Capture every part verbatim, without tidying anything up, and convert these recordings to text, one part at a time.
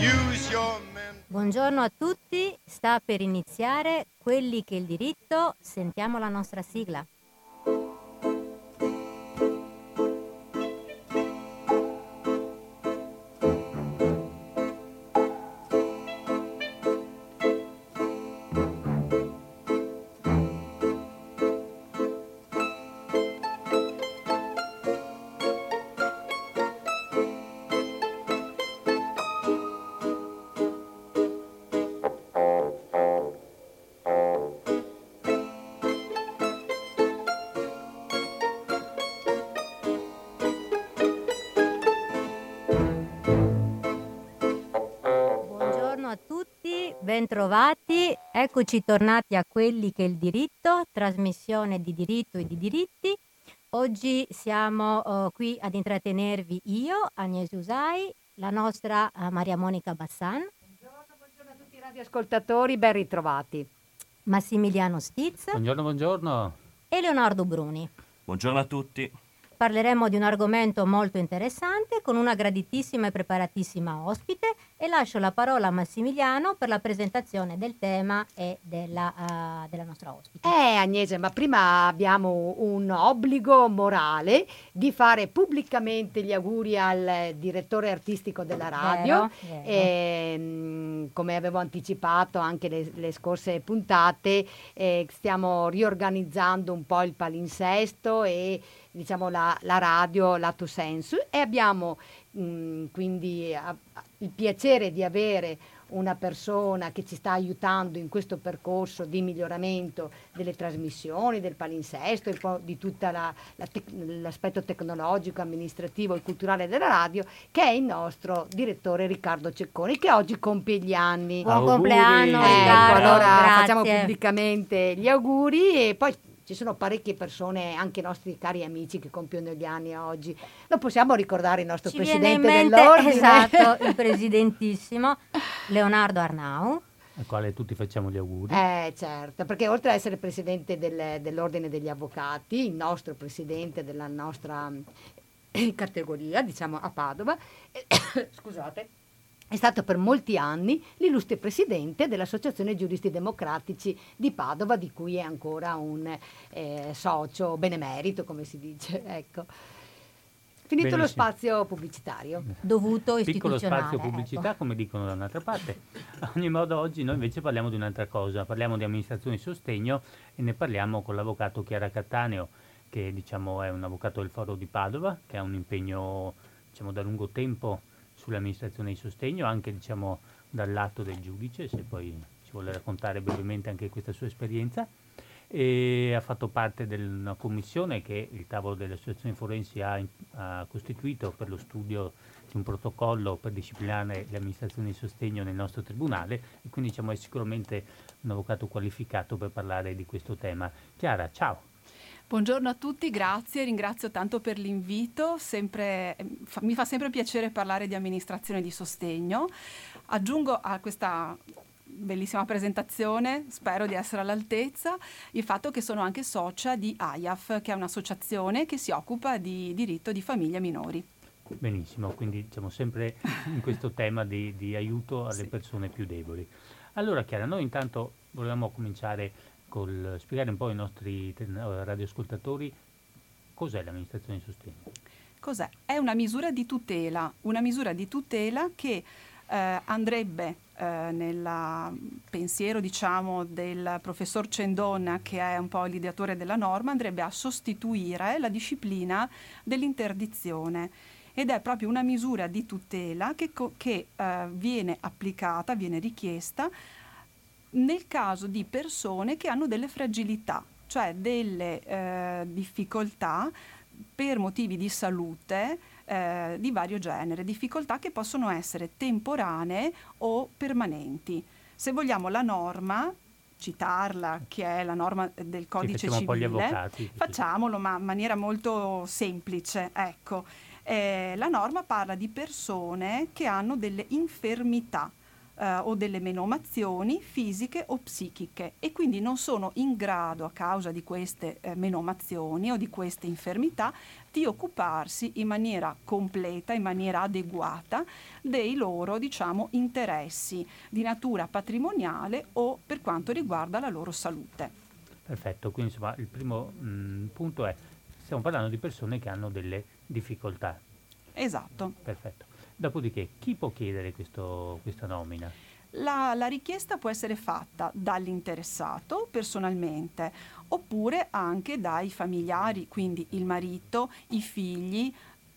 Buongiorno a tutti, sta per iniziare Quelli che il diritto, sentiamo la nostra sigla. Bentrovati, eccoci tornati a Quelli che il diritto, trasmissione di diritto e di diritti. Oggi siamo uh, qui ad intrattenervi io, Agnese Usai, la nostra uh, Maria Monica Bassan. Buongiorno, buongiorno a tutti i radioascoltatori, ben ritrovati. Massimiliano Stiz. Buongiorno, buongiorno. E Leonardo Bruni. Buongiorno a tutti. Parleremo di un argomento molto interessante con una graditissima e preparatissima ospite e lascio la parola a Massimiliano per la presentazione del tema e della, uh, della nostra ospite. Eh Agnese, ma prima abbiamo un obbligo morale di fare pubblicamente gli auguri al direttore artistico della radio. Vero, vero. E, come avevo anticipato anche le, le scorse puntate, eh, stiamo riorganizzando un po' il palinsesto e diciamo la, la radio lato sensu e abbiamo mh, quindi a, a, il piacere di avere una persona che ci sta aiutando in questo percorso di miglioramento delle trasmissioni, del palinsesto e poi di tutto la, la tec- l'aspetto tecnologico, amministrativo e culturale della radio, che è il nostro direttore Riccardo Cecconi, che oggi compie gli anni. Buon Auguri. compleanno Ecco, Riccardo, allora grazie. facciamo pubblicamente gli auguri e poi ci sono parecchie persone, anche nostri cari amici che compiono gli anni oggi. Lo possiamo ricordare il nostro Ci presidente viene in mente, dell'ordine. esatto, il presidentissimo Leonardo Arnau, al quale tutti facciamo gli auguri. Eh certo, perché oltre ad essere presidente del, dell'ordine degli avvocati, il nostro presidente della nostra eh, categoria, diciamo a Padova, eh, scusate, è stato per molti anni l'illustre presidente dell'Associazione Giuristi Democratici di Padova, di cui è ancora un eh, socio benemerito, come si dice. Ecco. Finito Benissimo. Lo spazio pubblicitario. dovuto Piccolo istituzionale. spazio pubblicità, ecco. come dicono da un'altra parte. A ogni modo oggi noi invece parliamo di un'altra cosa, parliamo di amministrazione di sostegno e ne parliamo con l'avvocato Chiara Cattaneo, che diciamo è un avvocato del Foro di Padova, che ha un impegno diciamo da lungo tempo sull'amministrazione di sostegno, anche diciamo dal lato del giudice, se poi ci vuole raccontare brevemente anche questa sua esperienza. E ha fatto parte di una commissione che il tavolo delle associazioni forensi ha, ha costituito per lo studio di un protocollo per disciplinare l'amministrazione di sostegno nel nostro tribunale e quindi diciamo, è sicuramente un avvocato qualificato per parlare di questo tema. Chiara, ciao. Buongiorno a tutti, grazie, ringrazio tanto per l'invito, sempre, fa, mi fa sempre piacere parlare di amministrazione di sostegno. Aggiungo a questa bellissima presentazione, spero di essere all'altezza, il fatto che sono anche socia di A I A F, che è un'associazione che si occupa di diritto di famiglie minori. Benissimo, quindi siamo sempre in questo tema di, di aiuto alle Sì. persone più deboli. Allora Chiara, noi intanto volevamo cominciare col spiegare un po' ai nostri radioascoltatori cos'è l'amministrazione di sostegno. Cos'è? È una misura di tutela, una misura di tutela che eh, andrebbe eh, nel pensiero diciamo del professor Cendon, che è un po' l'ideatore della norma, andrebbe a sostituire la disciplina dell'interdizione ed è proprio una misura di tutela che, che eh, viene applicata, viene richiesta nel caso di persone che hanno delle fragilità, cioè delle eh, difficoltà per motivi di salute eh, di vario genere, difficoltà che possono essere temporanee o permanenti. Se vogliamo la norma, citarla, che è la norma del codice sì, civile, un po' gli avvocati, facciamolo ma in maniera molto semplice, ecco. Eh, la norma parla di persone che hanno delle infermità, eh, o delle menomazioni fisiche o psichiche e quindi non sono in grado, a causa di queste eh, menomazioni o di queste infermità, di occuparsi in maniera completa, in maniera adeguata dei loro, diciamo, interessi di natura patrimoniale o per quanto riguarda la loro salute. Perfetto, quindi insomma il primo mh, punto è, stiamo parlando di persone che hanno delle difficoltà. Esatto. Perfetto. Dopodiché, chi può chiedere questo, questa nomina? La, la richiesta può essere fatta dall'interessato personalmente oppure anche dai familiari, quindi il marito, i figli,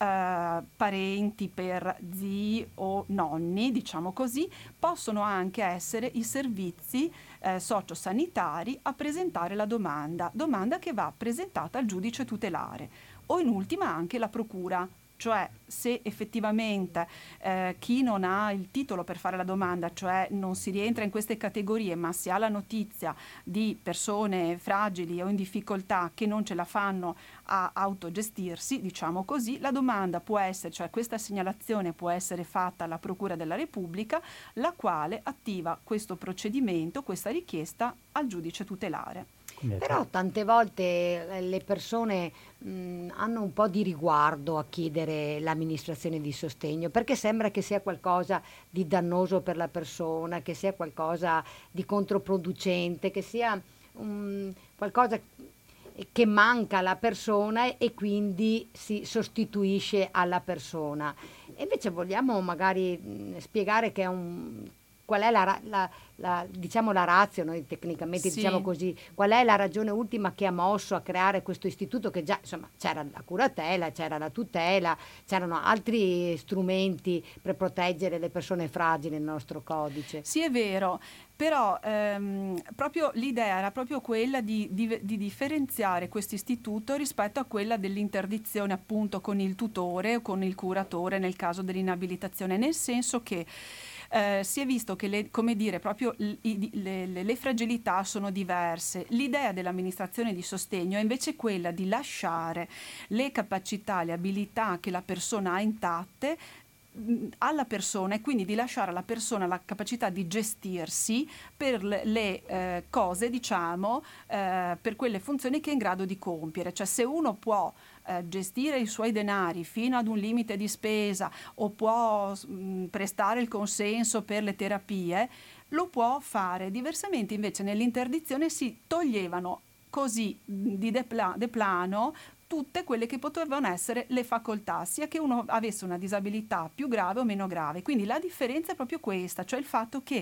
eh, parenti per zii o nonni, diciamo così, possono anche essere i servizi eh, sociosanitari a presentare la domanda, domanda che va presentata al giudice tutelare o in ultima anche la procura. Cioè se effettivamente eh, chi non ha il titolo per fare la domanda, cioè non si rientra in queste categorie, ma si ha la notizia di persone fragili o in difficoltà che non ce la fanno a autogestirsi, diciamo così, la domanda può essere, cioè questa segnalazione può essere fatta alla Procura della Repubblica, la quale attiva questo procedimento, questa richiesta al giudice tutelare. Però tante volte eh, le persone mh, hanno un po' di riguardo a chiedere l'amministrazione di sostegno perché sembra che sia qualcosa di dannoso per la persona, che sia qualcosa di controproducente, che sia um, qualcosa che manca alla persona e quindi si sostituisce alla persona. E invece vogliamo magari mh, spiegare che è un... qual è la, ra- la, la, diciamo la ratio, noi tecnicamente Sì. diciamo così, qual è la ragione ultima che ha mosso a creare questo istituto che già, insomma, c'era la curatela, c'era la tutela, c'erano altri strumenti per proteggere le persone fragili nel nostro codice. Sì, è vero, però ehm, proprio l'idea era proprio quella di, di, di differenziare questo istituto rispetto a quella dell'interdizione appunto con il tutore o con il curatore nel caso dell'inabilitazione, nel senso che Eh, si è visto che le, come dire, proprio l- i- le, le, le fragilità sono diverse. L'idea dell'amministrazione di sostegno è invece quella di lasciare le capacità, le abilità che la persona ha intatte mh, alla persona e quindi di lasciare alla persona la capacità di gestirsi per le, le eh, cose, diciamo, eh, per quelle funzioni che è in grado di compiere. Cioè se uno può eh, gestire i suoi denari fino ad un limite di spesa o può mh, prestare il consenso per le terapie, lo può fare. Diversamente invece nell'interdizione si toglievano così mh, di depla- de plano tutte quelle che potevano essere le facoltà, sia che uno avesse una disabilità più grave o meno grave. Quindi la differenza è proprio questa, cioè il fatto che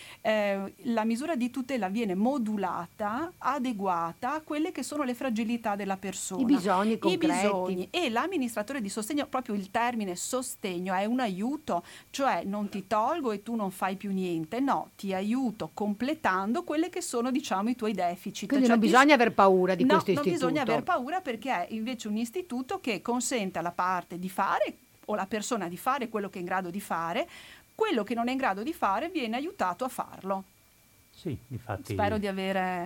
eh, la misura di tutela viene modulata, adeguata a quelle che sono le fragilità della persona. I bisogni concreti. I bisogni. E l'amministratore di sostegno, proprio il termine sostegno, è un aiuto, cioè non ti tolgo e tu non fai più niente, no, ti aiuto completando quelle che sono, diciamo, i tuoi deficit. Quindi cioè, non ti- bisogna aver paura di no, questo non istituto. bisogna aver paura perché è invece un istituto che consente alla parte di fare o la persona di fare quello che è in grado di fare, quello che non è in grado di fare viene aiutato a farlo. Sì, infatti. Spero di avere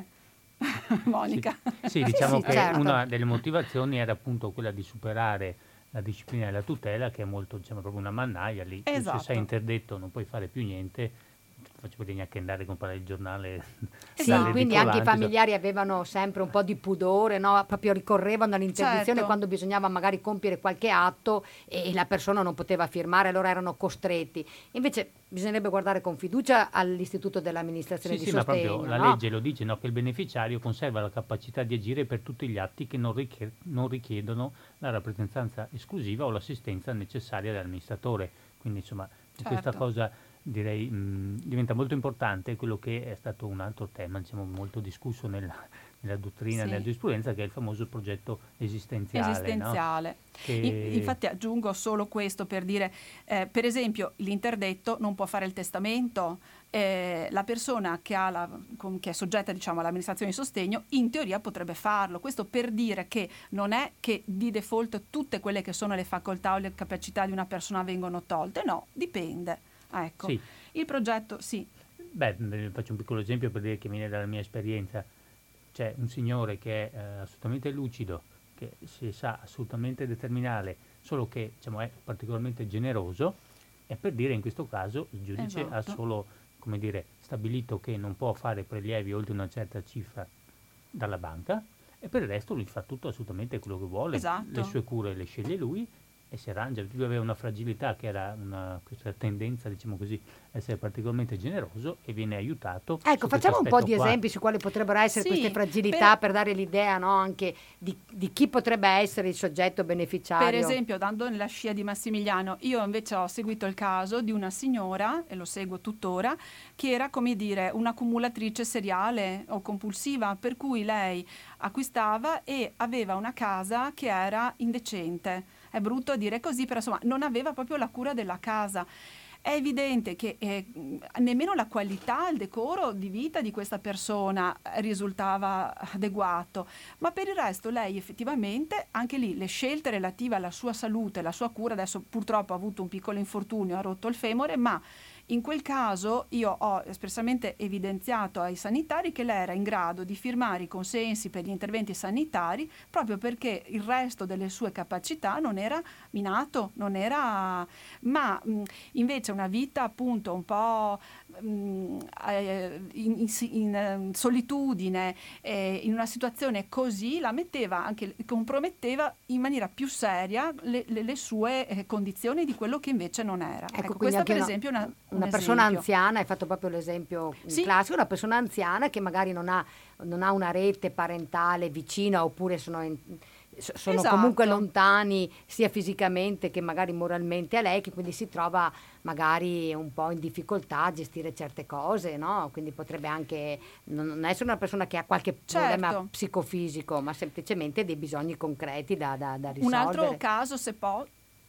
Monica. Sì, sì, diciamo sì, che certo. una delle motivazioni era appunto quella di superare la disciplina della tutela, che è molto, diciamo, proprio una mannaia lì. Tu Esatto. se sei interdetto non puoi fare più niente, non ti faccio vedere neanche andare a comprare il giornale. Sì, dalle quindi anche i edicolanti, familiari avevano sempre un po' di pudore, no? Proprio ricorrevano all'interdizione Certo. quando bisognava magari compiere qualche atto e la persona non poteva firmare, allora erano costretti. Invece bisognerebbe guardare con fiducia all'istituto dell'amministrazione Sì, di sì, ma sostegno. proprio la no? legge lo dice, no? Che il beneficiario conserva la capacità di agire per tutti gli atti che non, richie- non richiedono la rappresentanza esclusiva o l'assistenza necessaria dell'amministratore. Quindi insomma Certo. questa cosa direi mh, diventa molto importante, quello che è stato un altro tema, diciamo, molto discusso nella, nella dottrina, Sì. nella giurisprudenza, che è il famoso progetto esistenziale. Esistenziale. No? Che- In- infatti aggiungo solo questo per dire, eh, per esempio l'interdetto non può fare il testamento, eh, la persona che, ha la, con- che è soggetta, diciamo, all'amministrazione di sostegno in teoria potrebbe farlo. Questo per dire che non è che di default tutte quelle che sono le facoltà o le capacità di una persona vengono tolte, no, dipende. Ecco, Sì. il progetto sì. Beh, mh, faccio un piccolo esempio per dire che viene dalla mia esperienza. C'è un signore che è eh, assolutamente lucido, che si sa assolutamente determinare, solo che, diciamo, è particolarmente generoso, E per dire, in questo caso il giudice ha Esatto. solo, come dire, stabilito che non può fare prelievi oltre una certa cifra dalla banca, e per il resto lui fa tutto assolutamente quello che vuole, le Esatto. sue cure le sceglie lui e si arrangia. Lui aveva una fragilità che era una, questa tendenza, diciamo così, a essere particolarmente generoso, e viene aiutato Ecco, su questo facciamo un po' aspetto di qua. esempi su quali potrebbero essere queste Sì, fragilità per, per dare l'idea, no, anche di, di chi potrebbe essere il soggetto per beneficiario. esempio, dando nella scia di Massimiliano, io invece ho seguito il caso di una signora, e lo seguo tuttora, che era, come dire, un'accumulatrice seriale o compulsiva, per cui lei acquistava e aveva una casa che era indecente. È brutto dire così, però insomma non aveva proprio la cura della casa. È evidente che eh, nemmeno la qualità, il decoro di vita di questa persona risultava adeguato, ma per il resto lei effettivamente, anche lì, le scelte relative alla sua salute, la sua cura, adesso purtroppo ha avuto un piccolo infortunio, ha rotto il femore, ma in quel caso io ho espressamente evidenziato ai sanitari che lei era in grado di firmare i consensi per gli interventi sanitari proprio perché il resto delle sue capacità non era minato, non era, ma mh, invece una vita appunto un po' mh, eh, in, in, in, in solitudine, eh, in una situazione così, la metteva anche, comprometteva in maniera più seria le, le, le sue eh, condizioni di quello che invece non era. Ecco, Ecco, quindi questa anche per una, esempio è una, un una persona esempio. anziana, hai fatto proprio l'esempio Sì. classico, una persona anziana che magari non ha, non ha una rete parentale vicina, oppure sono, in- sono Esatto. comunque lontani sia fisicamente che magari moralmente a lei, che quindi si trova magari un po' in difficoltà a gestire certe cose, no? Quindi potrebbe anche non essere una persona che ha qualche problema Certo. psicofisico, ma semplicemente dei bisogni concreti da, da, da Un risolvere. altro caso, se può,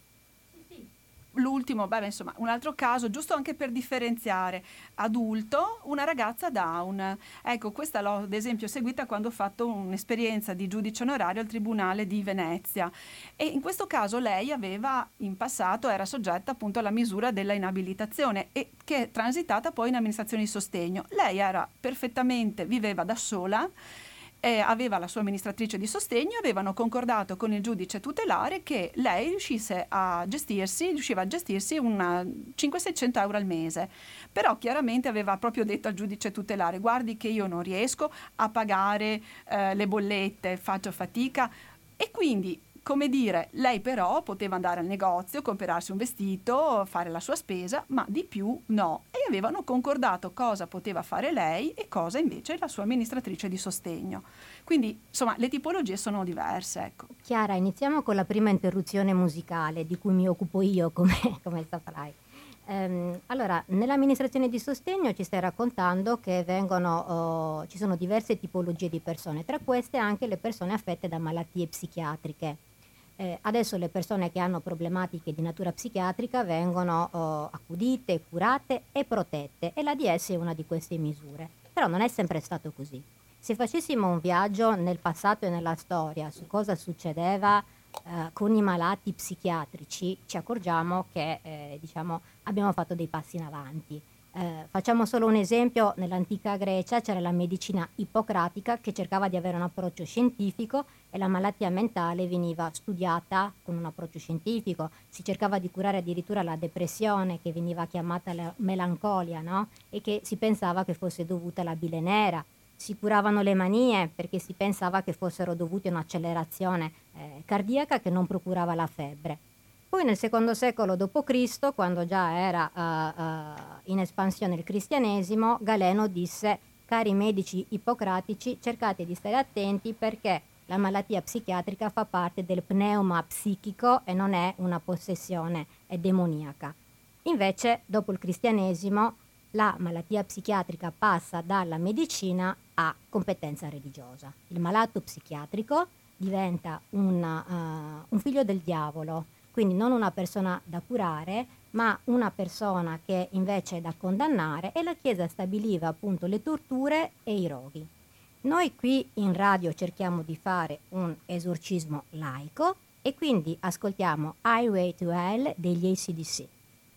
l'ultimo, beh, insomma, un altro caso, giusto anche per differenziare, adulto, una ragazza Down. Ecco, questa l'ho ad esempio seguita quando ho fatto un'esperienza di giudice onorario al Tribunale di Venezia, e in questo caso lei aveva in passato, era soggetta appunto alla misura della inabilitazione, e che è transitata poi in amministrazione di sostegno. Lei era perfettamente, viveva da sola, eh, aveva la sua amministratrice di sostegno, avevano concordato con il giudice tutelare che lei riuscisse a gestirsi, riusciva a gestirsi una cinquecento-seicento euro al mese, però chiaramente aveva proprio detto al giudice tutelare: guardi che io non riesco a pagare eh, le bollette, faccio fatica. E quindi, come dire, lei però poteva andare al negozio, comprarsi un vestito, fare la sua spesa, ma di più no. E avevano concordato cosa poteva fare lei e cosa invece la sua amministratrice di sostegno. Quindi, insomma, le tipologie sono diverse, ecco. Chiara, iniziamo con la prima interruzione musicale di cui mi occupo io, come, come saprai. Ehm, allora, nell'amministrazione di sostegno ci stai raccontando che vengono, oh, ci sono diverse tipologie di persone, tra queste anche le persone affette da malattie psichiatriche. Eh, adesso le persone che hanno problematiche di natura psichiatrica vengono oh, accudite, curate e protette, e l'A D S è una di queste misure. Però non è sempre stato così. Se facessimo un viaggio nel passato e nella storia su cosa succedeva eh, con i malati psichiatrici, ci accorgiamo che eh, diciamo, abbiamo fatto dei passi in avanti. Eh, facciamo solo un esempio: nell'antica Grecia c'era la medicina ippocratica che cercava di avere un approccio scientifico, e la malattia mentale veniva studiata con un approccio scientifico. Si cercava di curare addirittura la depressione, che veniva chiamata la melancolia, no? E che si pensava che fosse dovuta alla bile nera. Si curavano le manie perché si pensava che fossero dovute a un'accelerazione eh, cardiaca che non procurava la febbre. Poi nel secondo secolo dopo Cristo, quando già era uh, uh, in espansione il cristianesimo, Galeno disse: cari medici ippocratici, cercate di stare attenti perché la malattia psichiatrica fa parte del pneuma psichico e non è una possessione, è demoniaca. Invece, dopo il cristianesimo, la malattia psichiatrica passa dalla medicina a competenza religiosa. Il malato psichiatrico diventa una, uh, un figlio del diavolo, quindi non una persona da curare, ma una persona che invece è da condannare, e la Chiesa stabiliva appunto le torture e i roghi. Noi qui in radio cerchiamo di fare un esorcismo laico e quindi ascoltiamo Highway to Hell degli A C D C.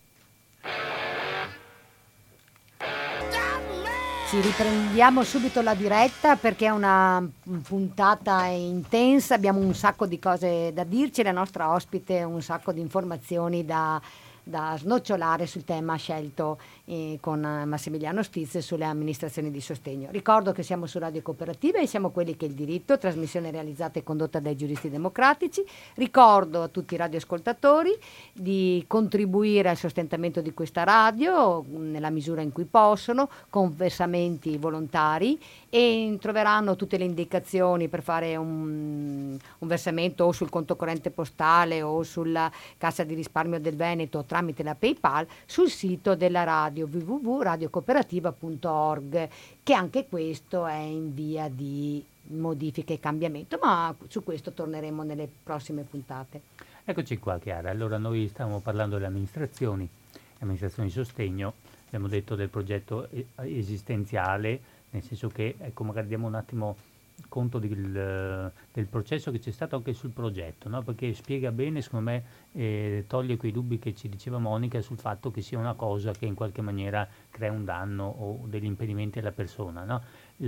Ci riprendiamo subito la diretta perché è una puntata intensa, abbiamo un sacco di cose da dirci, la nostra ospite un sacco di informazioni da, da snocciolare sul tema scelto eh, con Massimiliano Stizze sulle amministrazioni di sostegno. Ricordo che siamo su Radio Cooperativa e siamo quelli che il diritto, trasmissione realizzata e condotta dai giuristi democratici. Ricordo a tutti i radioascoltatori di contribuire al sostentamento di questa radio nella misura in cui possono, con versamenti volontari, e troveranno tutte le indicazioni per fare un, un versamento o sul conto corrente postale o sulla Cassa di risparmio del Veneto tramite la PayPal sul sito della radio w w w punto radio cooperativa punto org, che anche questo è in via di modifica e cambiamento, ma su questo torneremo nelle prossime puntate. Eccoci qua, Chiara. Allora noi stiamo parlando delle amministrazioni, amministrazioni di sostegno, abbiamo detto del progetto esistenziale, nel senso che, ecco, magari diamo un attimo conto del, del processo che c'è stato anche sul progetto, no? Perché spiega bene, secondo me, eh, toglie quei dubbi che ci diceva Monica sul fatto che sia una cosa che in qualche maniera crea un danno o degli impedimenti alla persona, no?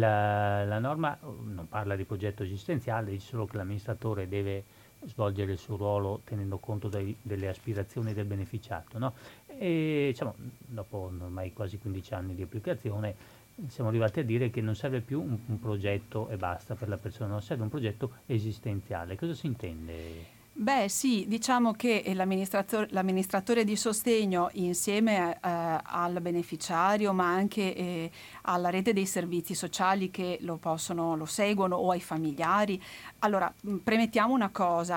La, la norma non parla di progetto esistenziale, dice solo che l'amministratore deve svolgere il suo ruolo tenendo conto dei, delle aspirazioni del beneficiario, no? E diciamo, dopo ormai quasi quindici anni di applicazione siamo arrivati a dire che non serve più un, un progetto e basta per la persona, non serve un progetto esistenziale. Cosa si intende? Beh sì, diciamo che l'amministratore, l'amministratore di sostegno insieme eh, al beneficiario, ma anche eh, alla rete dei servizi sociali che lo possono, lo seguono, o ai familiari. Allora, premettiamo una cosa.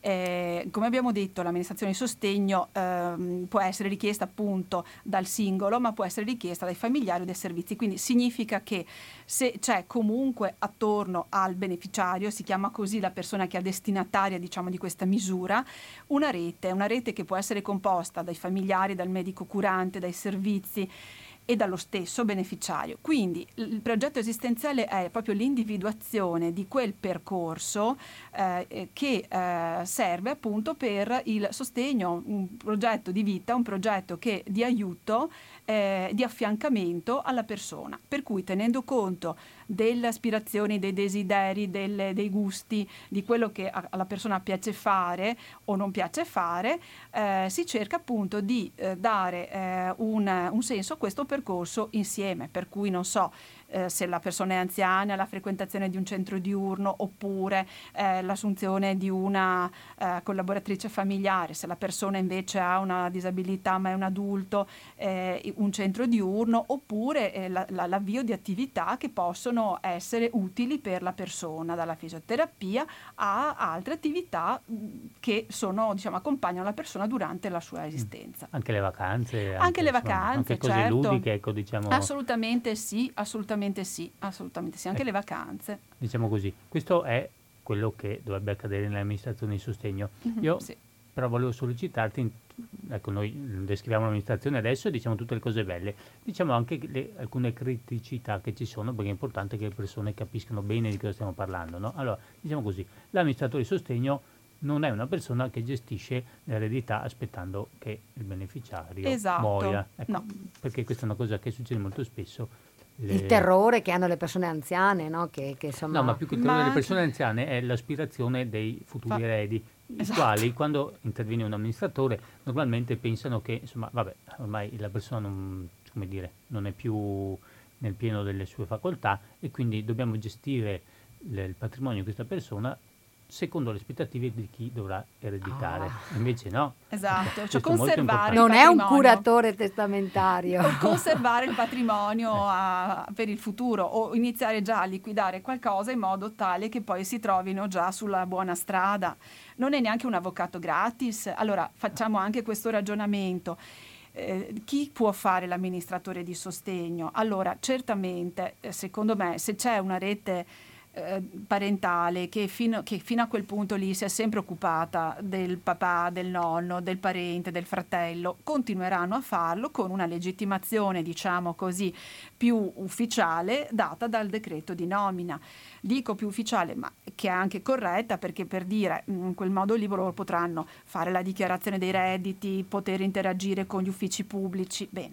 Eh, come abbiamo detto, l'amministrazione di sostegno ehm, può essere richiesta appunto dal singolo, ma può essere richiesta dai familiari o dai servizi. Quindi significa che se c'è comunque attorno al beneficiario, si chiama così la persona che è destinataria, diciamo, di questa misura, una rete, una rete che può essere composta dai familiari, dal medico curante, dai servizi e dallo stesso beneficiario. Quindi il progetto esistenziale è proprio l'individuazione di quel percorso eh, che eh, serve appunto per il sostegno, un progetto di vita, un progetto che di aiuto, eh, di affiancamento alla persona. Per cui, tenendo conto delle aspirazioni, dei desideri, delle, dei gusti, di quello che a, alla persona piace fare o non piace fare, eh, si cerca appunto di eh, dare eh, un, un senso a questo percorso insieme. Per cui, non so, eh, se la persona è anziana, la frequentazione di un centro diurno, oppure eh, l'assunzione di una eh, collaboratrice familiare, se la persona invece ha una disabilità ma è un adulto, eh, un centro diurno, oppure eh, la, la, l'avvio di attività che possono essere utili per la persona, dalla fisioterapia a altre attività che sono, diciamo, accompagnano la persona durante la sua esistenza. Anche le vacanze, anche, anche le insomma, vacanze, anche cose certo. ludiche, ecco, diciamo. Assolutamente sì, assolutamente sì, assolutamente sì, anche ecco, le vacanze. Diciamo così, questo è quello che dovrebbe accadere nelle amministrazioni di sostegno. Mm-hmm, Io sì. però volevo sollecitarti, ecco, noi descriviamo l'amministrazione adesso e diciamo tutte le cose belle, diciamo anche le, alcune criticità che ci sono, perché è importante che le persone capiscano bene di cosa stiamo parlando, no? Allora, diciamo così, l'amministratore di sostegno non è una persona che gestisce l'eredità aspettando che il beneficiario esatto. muoia, ecco, No. perché questa è una cosa che succede molto spesso. Le... Il terrore che hanno le persone anziane, no? Che, che insomma... No, ma più che il terrore Ma delle anche- persone anziane è l'aspirazione dei futuri Fa- eredi, i Esatto. quali, quando interviene un amministratore, normalmente pensano che, insomma, vabbè, ormai la persona non, come dire, non è più nel pieno delle sue facoltà e quindi dobbiamo gestire l- il patrimonio di questa persona secondo le aspettative di chi dovrà ereditare. Ah. Invece no. Esatto, Questo cioè è molto conservare importante. Non il è un patrimonio. curatore testamentario. O conservare il patrimonio a- per il futuro, o iniziare già a liquidare qualcosa in modo tale che poi si trovino già sulla buona strada. Non è neanche un avvocato gratis. Allora facciamo anche questo ragionamento. Eh, chi può fare l'amministratore di sostegno? Allora, certamente, eh, secondo me, se c'è una rete eh, parentale che fino, che fino a quel punto lì si è sempre occupata del papà, del nonno, del parente, del fratello, continueranno a farlo con una legittimazione, diciamo così, più ufficiale data dal decreto di nomina. Dico più ufficiale, ma che è anche corretta, perché, per dire, in quel modo lì loro potranno fare la dichiarazione dei redditi, poter interagire con gli uffici pubblici. Bene.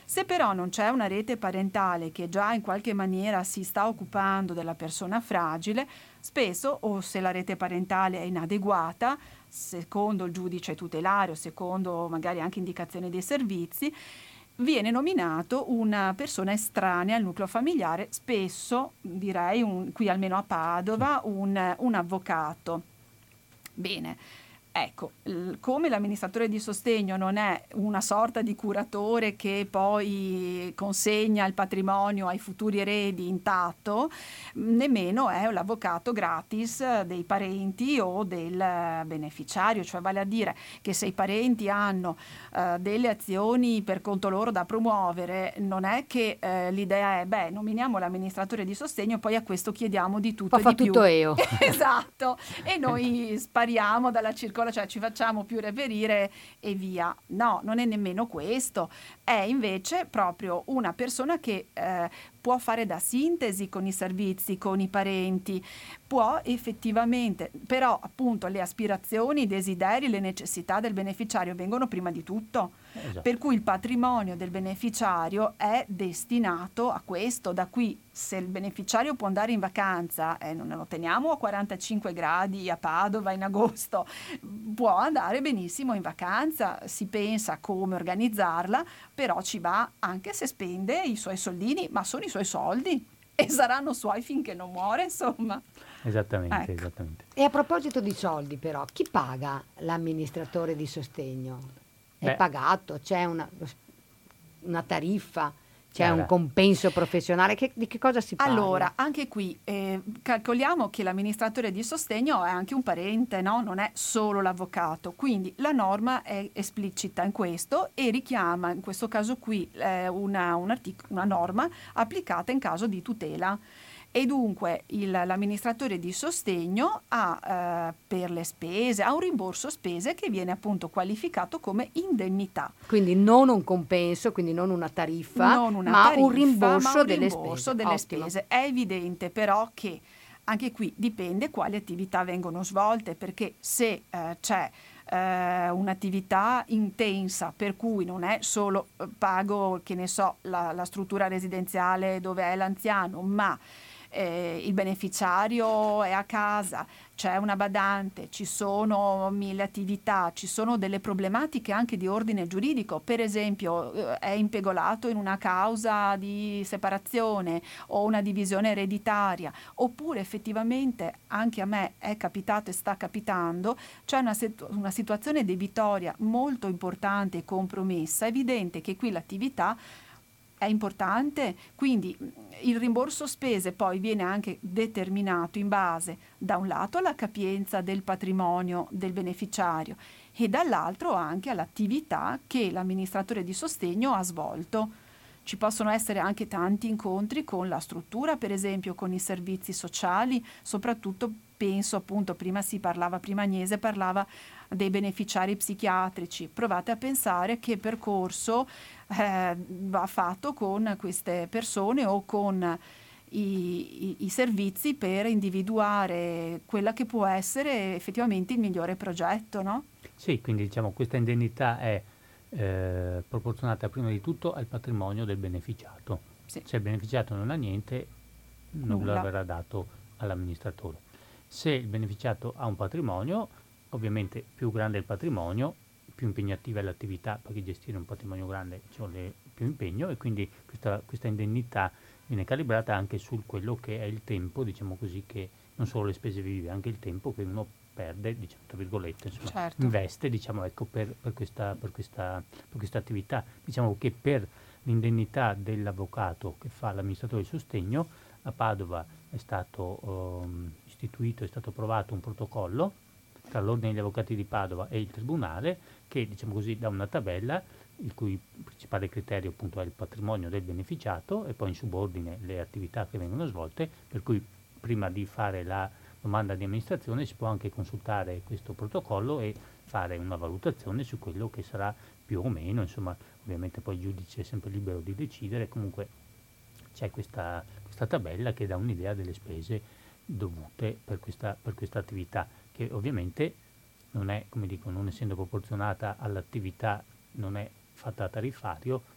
Se però non c'è una rete parentale che già in qualche maniera si sta occupando della persona fragile, spesso, o se la rete parentale è inadeguata, secondo il giudice tutelario, secondo magari anche indicazioni dei servizi, viene nominato una persona estranea al nucleo familiare, spesso, direi, un, qui almeno a Padova, un, un avvocato. Bene. Ecco, l- come l'amministratore di sostegno non è una sorta di curatore che poi consegna il patrimonio ai futuri eredi intatto, mh, nemmeno è l'avvocato gratis dei parenti o del eh, beneficiario, cioè vale a dire che se i parenti hanno eh, delle azioni per conto loro da promuovere, non è che eh, l'idea è, beh, nominiamo l'amministratore di sostegno, poi a questo chiediamo di tutto Poi e fa di più. tutto io. Esatto, e noi spariamo dalla circolazione, cioè ci facciamo più reperire e via. No, non è nemmeno questo, è invece proprio una persona che eh, può fare da sintesi con i servizi, con i parenti, può effettivamente, però appunto le aspirazioni, i desideri, le necessità del beneficiario vengono prima di tutto. Esatto. Per cui il patrimonio del beneficiario è destinato a questo. Da qui, se il beneficiario può andare in vacanza, e eh, non lo teniamo a quarantacinque gradi a Padova in agosto, può andare benissimo in vacanza, si pensa come organizzarla, però ci va anche se spende i suoi soldini, ma sono i suoi soldi e saranno suoi finché non muore, insomma. Esattamente, Ecco. esattamente. E a proposito di soldi però, chi paga l'amministratore di sostegno? È Beh. pagato? C'è una, una tariffa? C'è Guarda. un compenso professionale? Che- di che cosa si parla? Allora, anche qui eh, calcoliamo che l'amministratore di sostegno è anche un parente, no? Non è solo l'avvocato, quindi la norma è esplicita in questo e richiama in questo caso qui eh, una, un artic- una norma applicata in caso di tutela. E dunque il- l'amministratore di sostegno ha eh, per le spese, ha un rimborso spese che viene appunto qualificato come indennità. Quindi non un compenso, quindi non una tariffa, Non una ma tariffa, un rimborso ma un delle rimborso spese. delle Ottimo. spese. È evidente però che anche qui dipende quali attività vengono svolte, perché se eh, c'è eh, un'attività intensa per cui non è solo eh, pago, che ne so, la, la struttura residenziale dove è l'anziano, ma eh, il beneficiario è a casa, c'è una badante, ci sono mille attività, ci sono delle problematiche anche di ordine giuridico, per esempio eh, è impegolato in una causa di separazione o una divisione ereditaria, oppure effettivamente anche a me è capitato e sta capitando, c'è una, situ- una situazione debitoria molto importante e compromessa, è evidente che qui l'attività è importante, quindi il rimborso spese poi viene anche determinato in base da un lato alla capienza del patrimonio del beneficiario e dall'altro anche all'attività che l'amministratore di sostegno ha svolto. Ci possono essere anche tanti incontri con la struttura, per esempio con i servizi sociali, soprattutto penso appunto, prima si parlava, prima Agnese parlava dei beneficiari psichiatrici. Provate a pensare che percorso eh, va fatto con queste persone o con i, i, i servizi per individuare quella che può essere effettivamente il migliore progetto, no? Sì, quindi diciamo questa indennità è eh, proporzionata prima di tutto al patrimonio del beneficiato. Sì. Se il beneficiato non ha niente, nulla Nulla. verrà dato all'amministratore. Se il beneficiato ha un patrimonio, ovviamente più grande è il patrimonio, più impegnativa è l'attività, perché gestire un patrimonio grande ci vuole più impegno e quindi questa, questa indennità viene calibrata anche su quello che è il tempo, diciamo così, che non solo le spese vive, anche il tempo che uno perde, diciamo, tra virgolette, insomma, Certo. investe, diciamo, ecco, per, per, questa, per, questa, per questa attività. Diciamo che per l'indennità dell'avvocato che fa l'amministratore di sostegno, a Padova è stato um, istituito, è stato approvato un protocollo tra l'Ordine degli Avvocati di Padova e il Tribunale che, diciamo così, dà una tabella il cui principale criterio appunto è il patrimonio del beneficiato e poi in subordine le attività che vengono svolte, per cui prima di fare la domanda di amministrazione si può anche consultare questo protocollo e fare una valutazione su quello che sarà più o meno, insomma, ovviamente poi il giudice è sempre libero di decidere, comunque c'è questa, questa tabella che dà un'idea delle spese dovute per questa, per questa attività, che ovviamente non è, come dico, non essendo proporzionata all'attività, non è fatta a tariffario,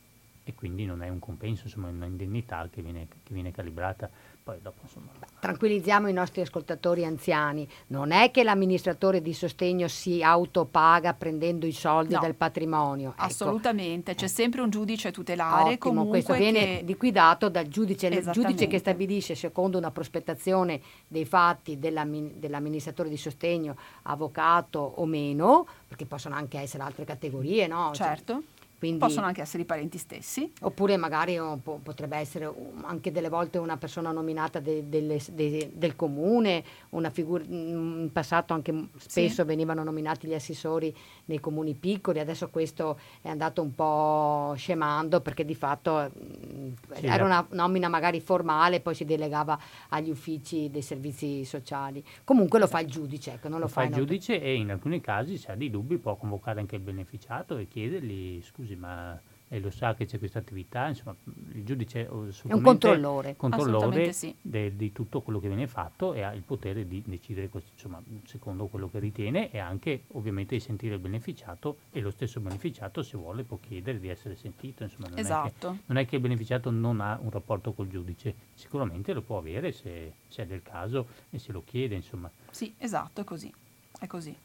e quindi non è un compenso, insomma, è un'indennità che viene, che viene calibrata. Poi dopo, insomma... Tranquillizziamo i nostri ascoltatori anziani, non è che l'amministratore di sostegno si autopaga prendendo i soldi No, dal patrimonio. Ecco. assolutamente, c'è sempre un giudice tutelare Ottimo, comunque questo viene che... liquidato dal giudice, il giudice che Esattamente. stabilisce secondo una prospettazione dei fatti dell'ammi- dell'amministratore di sostegno, avvocato o meno, perché possono anche essere altre categorie, no? Cioè, Certo, quindi, possono anche essere i parenti stessi. oppure magari oh, po- potrebbe essere um, anche delle volte una persona nominata de- delle- de- del comune, una figura, in passato anche m- spesso Sì. venivano nominati gli assessori nei comuni piccoli, adesso questo è andato un po' scemando perché di fatto mh, Sì, era la- una nomina magari formale, poi si delegava agli uffici dei servizi sociali. Comunque lo fa il giudice, ecco, non lo, Lo fa il in auto- giudice e in alcuni casi, se ha dei dubbi, può convocare anche il beneficiato e chiedergli, scusi, ma lei lo sa che c'è questa attività? Insomma, il giudice È un assolutamente controllore. controllore Assolutamente sì. de- di tutto quello che viene fatto e ha il potere di decidere, cos- insomma, secondo quello che ritiene, e anche ovviamente di sentire il beneficiato, e lo stesso beneficiato, se vuole, può chiedere di essere sentito. Insomma, non è che, Esatto. non è che il beneficiato non ha un rapporto col giudice, sicuramente lo può avere se, se è del caso e se lo chiede, insomma. Sì, esatto, è così. È così.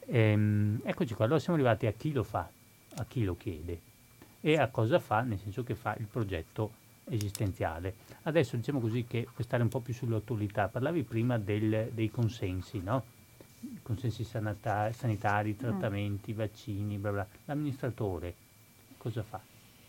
Ehm, eccoci qua, allora siamo arrivati a chi lo fa, a chi lo chiede e a cosa fa, nel senso che fa il progetto esistenziale. Adesso diciamo così che per stare un po' più sull'attualità, parlavi prima del- dei consensi, no? Consensi sanata- sanitari, trattamenti, vaccini, bla bla. L'amministratore cosa fa?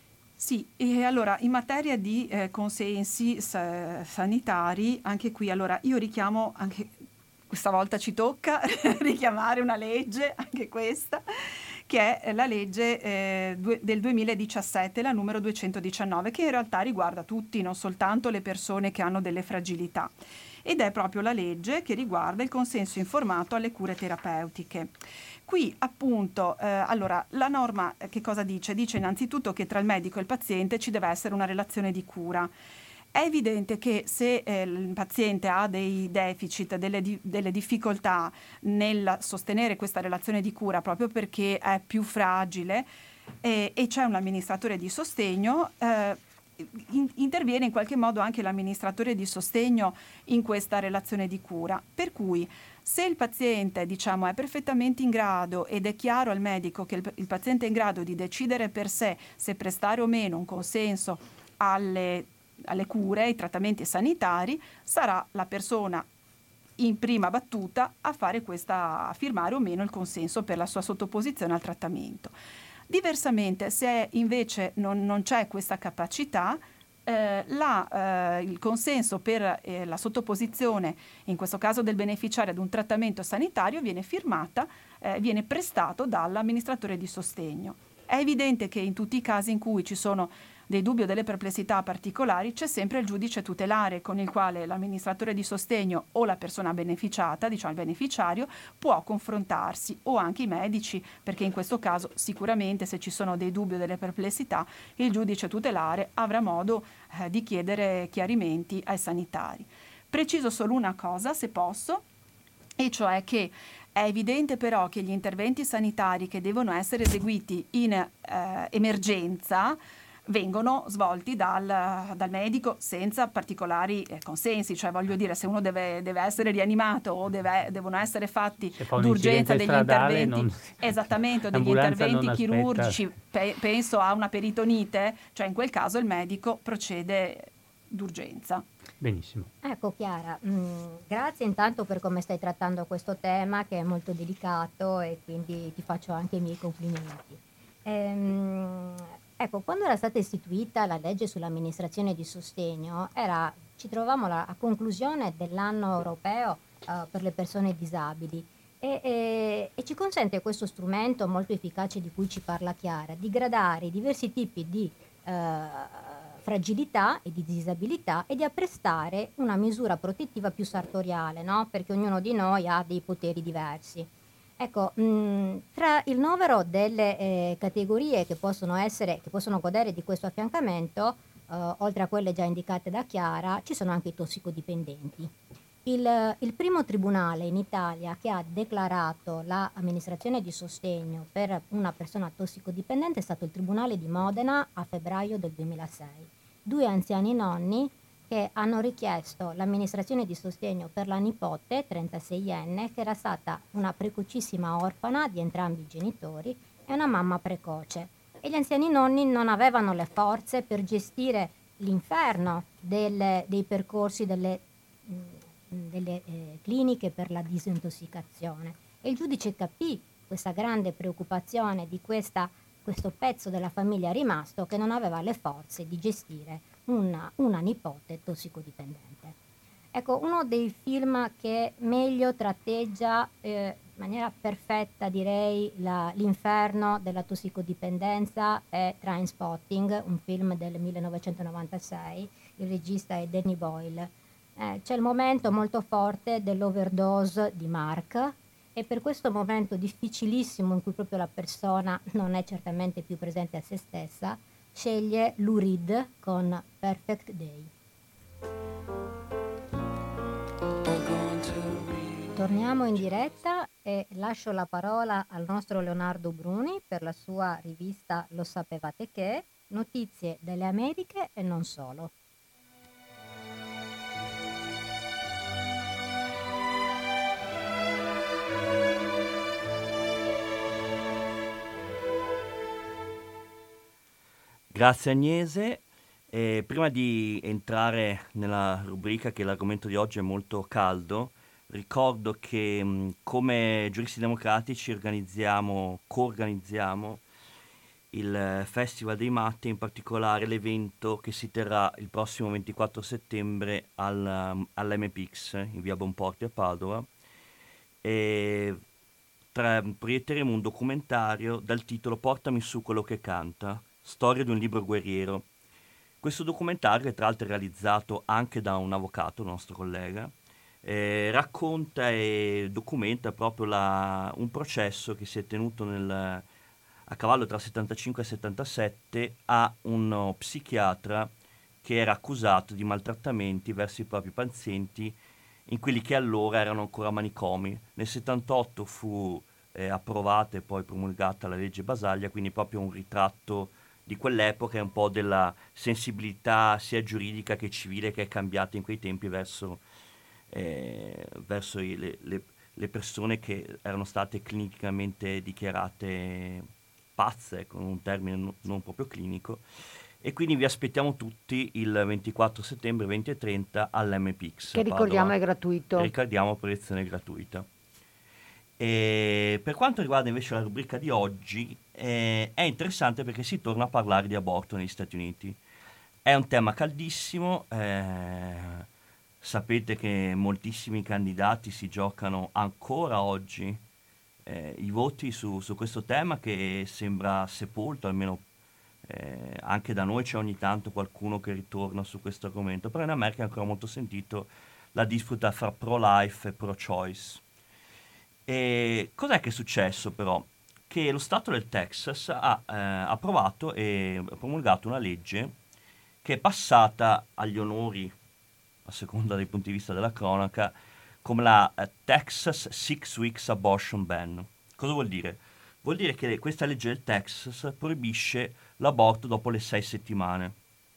Sì, e allora in materia di eh, consensi sa- sanitari, anche qui, allora io richiamo, anche questa volta ci tocca richiamare una legge, anche questa, che è la legge eh, due- del duemiladiciassette, la numero duecentodiciannove, che in realtà riguarda tutti, non soltanto le persone che hanno delle fragilità. Ed è proprio la legge che riguarda il consenso informato alle cure terapeutiche. Qui appunto, eh, allora, la norma eh, che cosa dice? Dice innanzitutto che tra il medico e il paziente ci deve essere una relazione di cura. È evidente che se eh, il paziente ha dei deficit, delle, di- delle difficoltà nel sostenere questa relazione di cura proprio perché è più fragile eh, e c'è un amministratore di sostegno, eh, in- interviene in qualche modo anche l'amministratore di sostegno in questa relazione di cura. Per cui se il paziente, diciamo, è perfettamente in grado ed è chiaro al medico che il, il paziente è in grado di decidere per sé se prestare o meno un consenso alle alle cure, ai trattamenti sanitari, sarà la persona in prima battuta a fare questa, a firmare o meno il consenso per la sua sottoposizione al trattamento. Diversamente, se invece non, non c'è questa capacità, eh, la, eh, il consenso per eh, la sottoposizione, in questo caso del beneficiario, ad un trattamento sanitario viene firmata, eh, viene prestato dall'amministratore di sostegno. È evidente che in tutti i casi in cui ci sono dei dubbi o delle perplessità particolari c'è sempre il giudice tutelare con il quale l'amministratore di sostegno o la persona beneficiata, diciamo il beneficiario, può confrontarsi, o anche i medici, perché in questo caso sicuramente se ci sono dei dubbi o delle perplessità il giudice tutelare avrà modo eh, di chiedere chiarimenti ai sanitari. Preciso solo una cosa, se posso, e cioè che è evidente però che gli interventi sanitari che devono essere eseguiti in eh, emergenza vengono svolti dal, dal medico senza particolari eh, consensi, cioè voglio dire, se uno deve, deve essere rianimato o deve, devono essere fatti Se fa un d'urgenza incidente degli stradale, interventi, non- esattamente, o degli l'ambulanza interventi non aspetta. chirurgici, pe- penso a una peritonite, cioè in quel caso il medico procede d'urgenza. Benissimo. Ecco Chiara, mm, grazie intanto per come stai trattando questo tema che è molto delicato e quindi ti faccio anche i miei complimenti. Ehm, ecco, quando era stata istituita la legge sull'amministrazione di sostegno, era, ci trovavamo alla- a conclusione dell'anno europeo eh, per le persone disabili e, e- e ci consente questo strumento molto efficace di cui ci parla Chiara, di gradare i diversi tipi di eh, fragilità e di disabilità e di apprestare una misura protettiva più sartoriale, no? Perché ognuno di noi ha dei poteri diversi. Ecco, mh, tra il novero delle eh, categorie che possono essere, che possono godere di questo affiancamento, eh, oltre a quelle già indicate da Chiara, ci sono anche i tossicodipendenti. Il, il primo tribunale in Italia che ha declarato l'amministrazione di sostegno per una persona tossicodipendente è stato il Tribunale di Modena a febbraio del duemilasei. Due anziani nonni che hanno richiesto l'amministrazione di sostegno per la nipote, trentaseienne, che era stata una precocissima orfana di entrambi i genitori e una mamma precoce. E gli anziani nonni non avevano le forze per gestire l'inferno delle, dei percorsi delle, mh, delle eh, cliniche per la disintossicazione. E il giudice capì questa grande preoccupazione di questa, questo pezzo della famiglia rimasto che non aveva le forze di gestire una, una nipote tossicodipendente. Ecco, uno dei film che meglio tratteggia eh, in maniera perfetta, direi, la, l'inferno della tossicodipendenza è Trainspotting, un film del millenovecentonovantasei, il regista è Danny Boyle. Eh, c'è il momento molto forte dell'overdose di Mark e per questo momento difficilissimo in cui proprio la persona non è certamente più presente a se stessa, sceglie Lou Reed con Perfect Day. Torniamo in diretta e lascio la parola al nostro Leonardo Bruni per la sua rivista Lo sapevate che? Notizie delle Americhe e non solo. Grazie Agnese. E prima di entrare nella rubrica, che l'argomento di oggi è molto caldo, ricordo che mh, come giuristi democratici organizziamo, co-organizziamo il Festival dei Matti, in particolare l'evento che si terrà il prossimo ventiquattro settembre al, all'M P X in via Bonporti a Padova. E tra, proietteremo un documentario dal titolo Portami su quello che canta, storia di un libro guerriero. Questo documentario è tra l'altro realizzato anche da un avvocato, un nostro collega, eh, racconta e documenta proprio la, un processo che si è tenuto nel, a cavallo tra settantacinque e settantasette a uno psichiatra che era accusato di maltrattamenti verso i propri pazienti in quelli che allora erano ancora manicomi. Nel settantotto fu eh, approvata e poi promulgata la legge Basaglia, quindi proprio un ritratto di quell'epoca e un po' della sensibilità sia giuridica che civile che è cambiata in quei tempi verso, eh, verso i, le, le, le persone che erano state clinicamente dichiarate pazze, con un termine non, non proprio clinico. E quindi vi aspettiamo tutti il ventiquattro settembre venti e trenta all'M P X. Che ricordiamo Padova. È gratuito. Ricordiamo proiezione gratuita. E per quanto riguarda invece la rubrica di oggi, eh, è interessante perché si torna a parlare di aborto negli Stati Uniti. È un tema caldissimo, eh, sapete che moltissimi candidati si giocano ancora oggi eh, i voti su, su questo tema che sembra sepolto, almeno eh, anche da noi c'è ogni tanto qualcuno che ritorna su questo argomento, però in America è ancora molto sentito la disputa fra pro-life e pro-choice. E cos'è che è successo però? Che lo Stato del Texas ha eh, approvato e promulgato una legge che è passata agli onori, a seconda dei punti di vista della cronaca, come la eh, Texas Six Weeks Abortion Ban. Cosa vuol dire? Vuol dire che questa legge del Texas proibisce l'aborto dopo le sei settimane.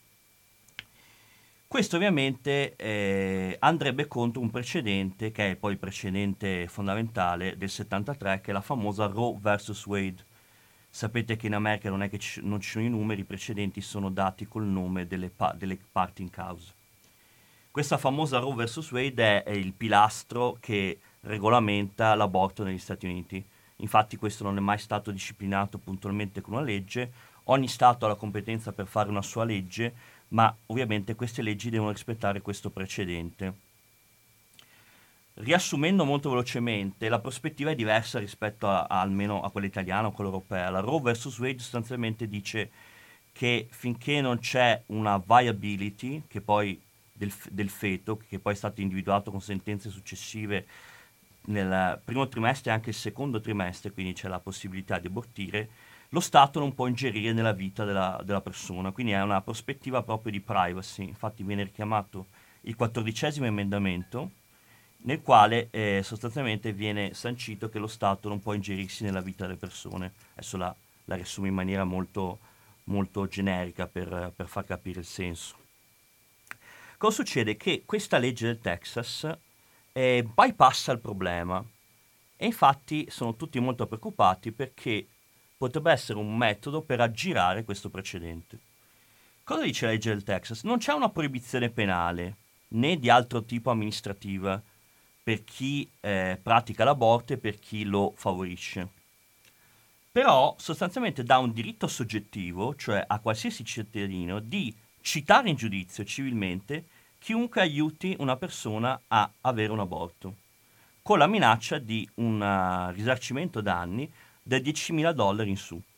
Questo ovviamente eh, andrebbe contro un precedente, che è poi il precedente fondamentale del settantatré, che è la famosa Roe versus Wade. Sapete che in America non è che ci, non ci sono i numeri, i precedenti sono dati col nome delle, pa- delle parti in causa. Questa famosa Roe versus Wade è, è il pilastro che regolamenta l'aborto negli Stati Uniti. Infatti questo non è mai stato disciplinato puntualmente con una legge, ogni Stato ha la competenza per fare una sua legge, ma ovviamente queste leggi devono rispettare questo precedente. Riassumendo molto velocemente, la prospettiva è diversa rispetto a, a, almeno a quella italiana o quella europea. La Roe versus Wade sostanzialmente dice che finché non c'è una viability, che poi del, del feto, che poi è stato individuato con sentenze successive nel primo trimestre e anche il secondo trimestre, quindi c'è la possibilità di abortire, lo Stato non può ingerire nella vita della, della persona, quindi è una prospettiva proprio di privacy. Infatti viene richiamato il quattordicesimo emendamento, nel quale eh, sostanzialmente viene sancito che lo Stato non può ingerirsi nella vita delle persone. Adesso la, la riassumo in maniera molto, molto generica per, per far capire il senso. Cosa succede? Che questa legge del Texas eh, bypassa il problema e infatti sono tutti molto preoccupati perché potrebbe essere un metodo per aggirare questo precedente. Cosa dice la legge del Texas? Non c'è una proibizione penale né di altro tipo amministrativa per chi eh, pratica l'aborto e per chi lo favorisce. Però sostanzialmente dà un diritto soggettivo, cioè a qualsiasi cittadino, di citare in giudizio civilmente chiunque aiuti una persona a avere un aborto, con la minaccia di un uh, risarcimento danni da diecimila dollari in su.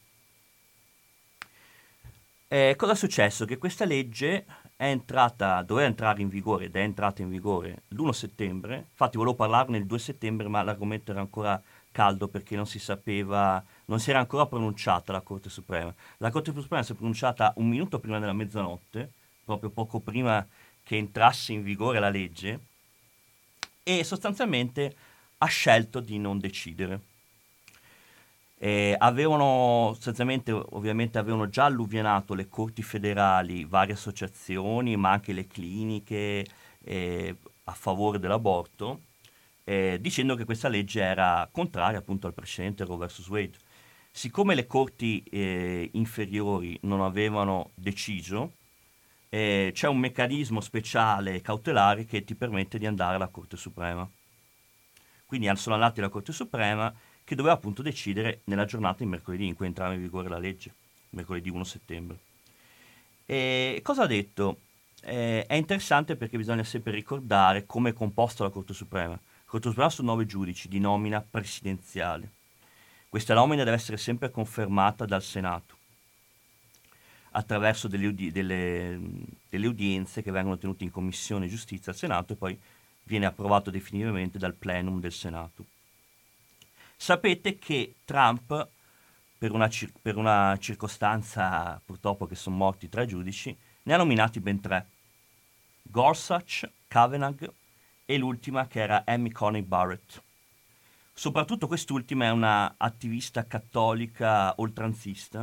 Eh, cosa è successo? Che questa legge è entrata, doveva entrare in vigore ed è entrata in vigore l'primo settembre, infatti volevo parlarne il due settembre ma l'argomento era ancora caldo perché non si sapeva, non si era ancora pronunciata la Corte Suprema. La Corte Suprema si è pronunciata un minuto prima della mezzanotte, proprio poco prima che entrasse in vigore la legge, e sostanzialmente ha scelto di non decidere. Eh, avevano sostanzialmente ovviamente avevano già alluvianato le corti federali, varie associazioni, ma anche le cliniche eh, a favore dell'aborto, eh, dicendo che questa legge era contraria appunto al precedente Roe versus Wade. Siccome le corti eh, inferiori non avevano deciso, eh, c'è un meccanismo speciale cautelare che ti permette di andare alla Corte Suprema. Quindi sono andati alla Corte Suprema che doveva appunto decidere nella giornata di mercoledì in cui entrava in vigore la legge, mercoledì primo settembre. E cosa ha detto? Eh, è interessante perché bisogna sempre ricordare come è composta la Corte Suprema. La Corte Suprema sono nove giudici di nomina presidenziale. Questa nomina deve essere sempre confermata dal Senato attraverso delle, udi- delle, delle udienze che vengono tenute in Commissione Giustizia al Senato e poi viene approvato definitivamente dal plenum del Senato. Sapete che Trump, per una, cir- per una circostanza purtroppo che sono morti tre giudici, ne ha nominati ben tre. Gorsuch, Kavanaugh e l'ultima che era Amy Coney Barrett. Soprattutto quest'ultima è una attivista cattolica oltranzista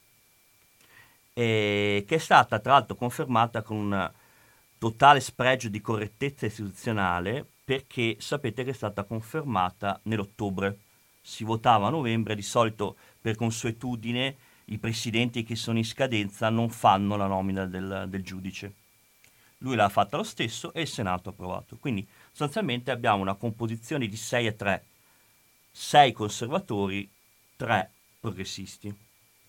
e che è stata tra l'altro confermata con un totale spregio di correttezza istituzionale perché sapete che è stata confermata nell'ottobre. Si votava a novembre, di solito per consuetudine i presidenti che sono in scadenza non fanno la nomina del, del giudice. Lui l'ha fatta lo stesso e il Senato ha approvato. Quindi sostanzialmente abbiamo una composizione di sei a tre, sei conservatori, tre progressisti.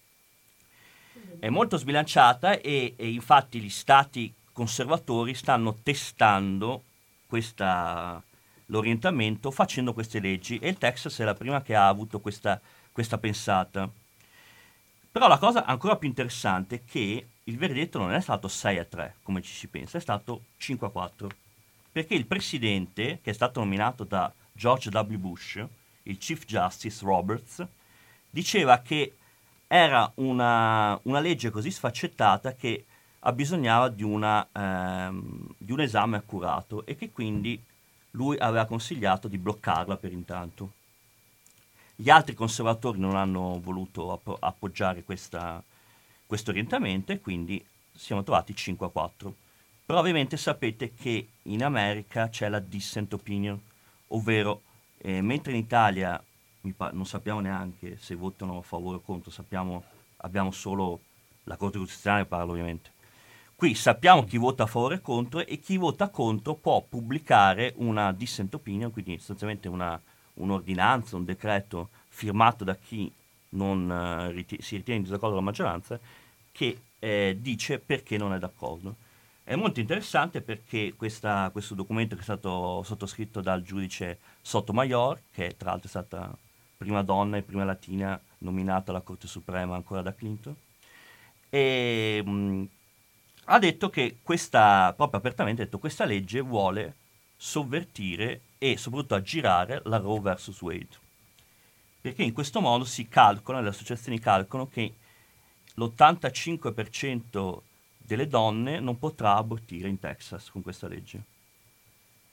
È molto sbilanciata e, e infatti gli stati conservatori stanno testando questa, l'orientamento facendo queste leggi e il Texas è la prima che ha avuto questa, questa pensata. Però la cosa ancora più interessante è che il verdetto non è stato sei a tre come ci si pensa, è stato cinque a quattro perché il presidente che è stato nominato da George W. Bush, il Chief Justice Roberts, diceva che era una, una legge così sfaccettata che abbisognava di, una, ehm, di un esame accurato e che quindi lui aveva consigliato di bloccarla per intanto. Gli altri conservatori non hanno voluto app- appoggiare questa, questo orientamento e quindi siamo trovati cinque a quattro. Però ovviamente sapete che in America c'è la dissent opinion, ovvero eh, mentre in Italia mi pa- non sappiamo neanche se votano a favore o contro, sappiamo, abbiamo solo la Corte Costituzionale, parlo ovviamente. Qui sappiamo chi vota a favore e contro e chi vota contro può pubblicare una dissent opinion, quindi sostanzialmente una, un'ordinanza, un decreto firmato da chi non uh, riti- si ritiene in disaccordo con la maggioranza, che eh, dice perché non è d'accordo. È molto interessante perché questa, questo documento che è stato sottoscritto dal giudice Sotomayor, che tra l'altro è stata prima donna e prima latina nominata alla Corte Suprema ancora da Clinton, e mh, ha detto che questa, proprio apertamente ha detto, questa legge vuole sovvertire e soprattutto aggirare la Roe versus Wade, perché in questo modo si calcola, le associazioni calcolano che l'ottantacinque per cento delle donne non potrà abortire in Texas con questa legge,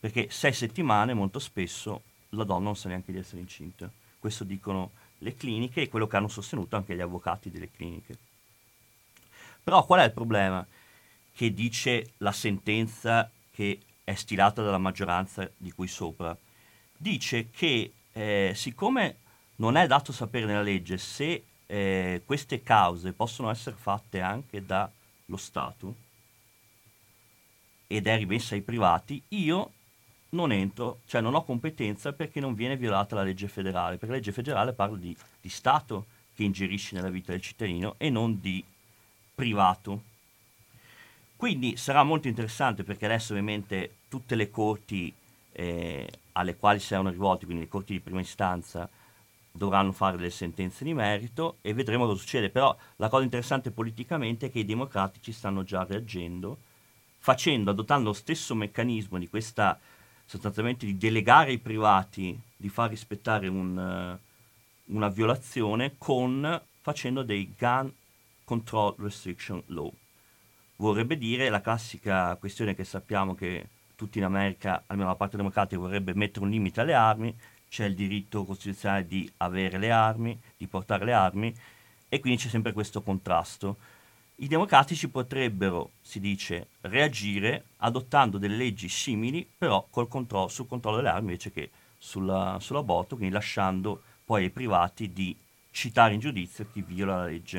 perché sei settimane molto spesso la donna non sa neanche di essere incinta. Questo dicono le cliniche e quello che hanno sostenuto anche gli avvocati delle cliniche. Però qual è il problema? Che dice la sentenza che è stilata dalla maggioranza di cui sopra. Dice che eh, siccome non è dato sapere nella legge se eh, queste cause possono essere fatte anche dallo Stato ed è rimessa ai privati, io non entro, cioè non ho competenza perché non viene violata la legge federale, perché la legge federale parla di, di Stato che ingerisce nella vita del cittadino e non di privato. Quindi sarà molto interessante perché adesso ovviamente tutte le corti eh, alle quali si erano rivolti, quindi le corti di prima istanza, dovranno fare delle sentenze di merito e vedremo cosa succede. Però la cosa interessante politicamente è che i democratici stanno già reagendo, facendo, adottando lo stesso meccanismo di questa, sostanzialmente di delegare ai privati di far rispettare un, uh, una violazione con, facendo dei gun control restriction law. Vorrebbe dire la classica questione che sappiamo che tutti in America, almeno la parte democratica, vorrebbe mettere un limite alle armi, c'è il diritto costituzionale di avere le armi, di portare le armi, e quindi c'è sempre questo contrasto. I democratici potrebbero, si dice, reagire adottando delle leggi simili, però col controllo, sul controllo delle armi invece che sulla, sull'aborto, quindi lasciando poi ai privati di citare in giudizio chi viola la legge.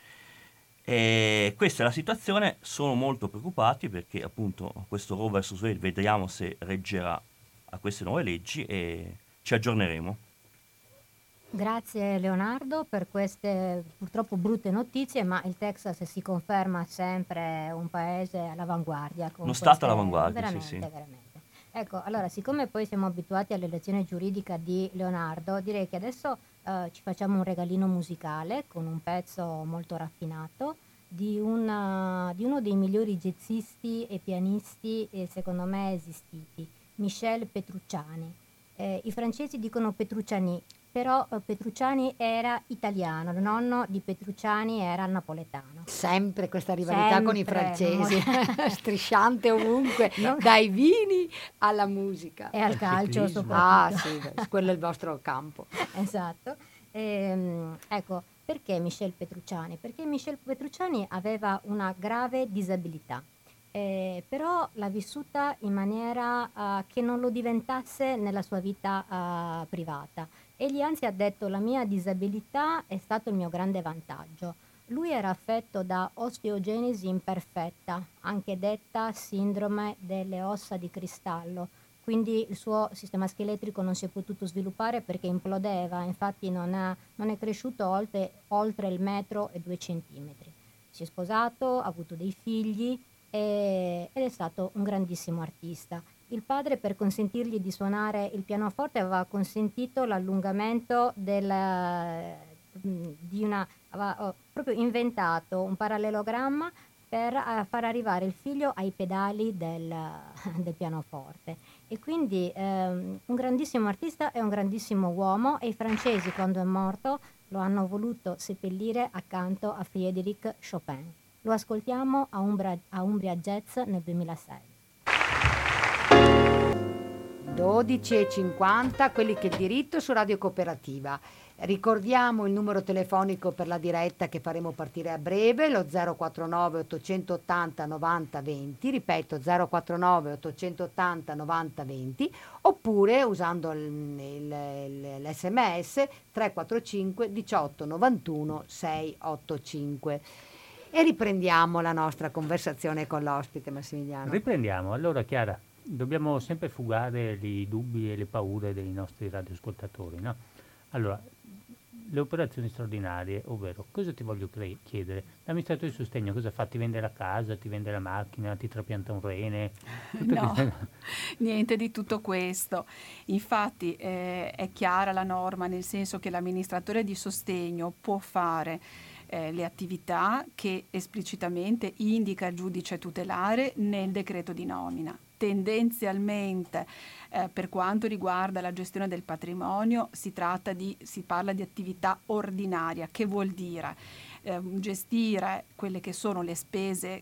E questa è la situazione, sono molto preoccupati perché appunto questo Roe versus Wade vediamo se reggerà a queste nuove leggi e ci aggiorneremo. Grazie Leonardo per queste purtroppo brutte notizie, ma il Texas si conferma sempre un paese all'avanguardia. Con Uno stato queste- all'avanguardia, veramente, sì, sì. veramente. Ecco, allora, siccome poi siamo abituati alla lezione giuridica di Leonardo, direi che adesso eh, ci facciamo un regalino musicale con un pezzo molto raffinato di, una- di uno dei migliori jazzisti e pianisti, eh, secondo me, esistiti, Michel Petrucciani. Eh, I francesi dicono Petrucciani, però eh, Petrucciani era italiano, il nonno di Petrucciani era napoletano. Sempre questa rivalità con i Sempre, francesi, mo- strisciante ovunque, Non- dai vini alla musica. E al Al calcio ciclismo. Ah soprattutto. sì, quello è il vostro campo. Esatto. Ehm, ecco, perché Michel Petrucciani? Perché Michel Petrucciani aveva una grave disabilità, eh, però l'ha vissuta in maniera eh, che non lo diventasse nella sua vita eh, privata. Egli anzi ha detto: la mia disabilità è stato il mio grande vantaggio. Lui era affetto da osteogenesi imperfetta, anche detta sindrome delle ossa di cristallo, quindi il suo sistema scheletrico non si è potuto sviluppare perché implodeva, infatti non, ha- non è cresciuto oltre, oltre il metro e due centimetri. Si è sposato, ha avuto dei figli e- ed è stato un grandissimo artista. Il padre, per consentirgli di suonare il pianoforte, aveva consentito l'allungamento del, mm, di una, aveva oh, proprio inventato un parallelogramma per eh, far arrivare il figlio ai pedali del, del pianoforte. E quindi ehm, un grandissimo artista e un grandissimo uomo, e i francesi, quando è morto, lo hanno voluto seppellire accanto a Frédéric Chopin. Lo ascoltiamo a Umbria, a Umbria Jazz nel duemilasei. dodici e cinquanta, quelli che il diritto su Radio Cooperativa. Ricordiamo il numero telefonico per la diretta che faremo partire a breve, lo zero quattro nove ottocentottanta novanta venti, ripeto zero quattro nove ottocentottanta novanta venti, oppure usando il, il, il, l'esse emme esse tre quattro cinque diciotto novantuno seicentoottantacinque. E riprendiamo la nostra conversazione con l'ospite Massimiliano. Riprendiamo. Allora, Chiara, dobbiamo sempre fugare i dubbi e le paure dei nostri radioascoltatori, no? Allora, le operazioni straordinarie, ovvero, cosa ti voglio cre- chiedere? L'amministratore di sostegno cosa fa? Ti vende la casa, ti vende la macchina, ti trapianta un rene? Tutte No, queste- niente di tutto questo. Infatti eh, è chiara la norma, nel senso che l'amministratore di sostegno può fare eh, le attività che esplicitamente indica il giudice tutelare nel decreto di nomina. Tendenzialmente eh, per quanto riguarda la gestione del patrimonio si tratta di, si parla di attività ordinaria, che vuol dire eh, gestire quelle che sono le spese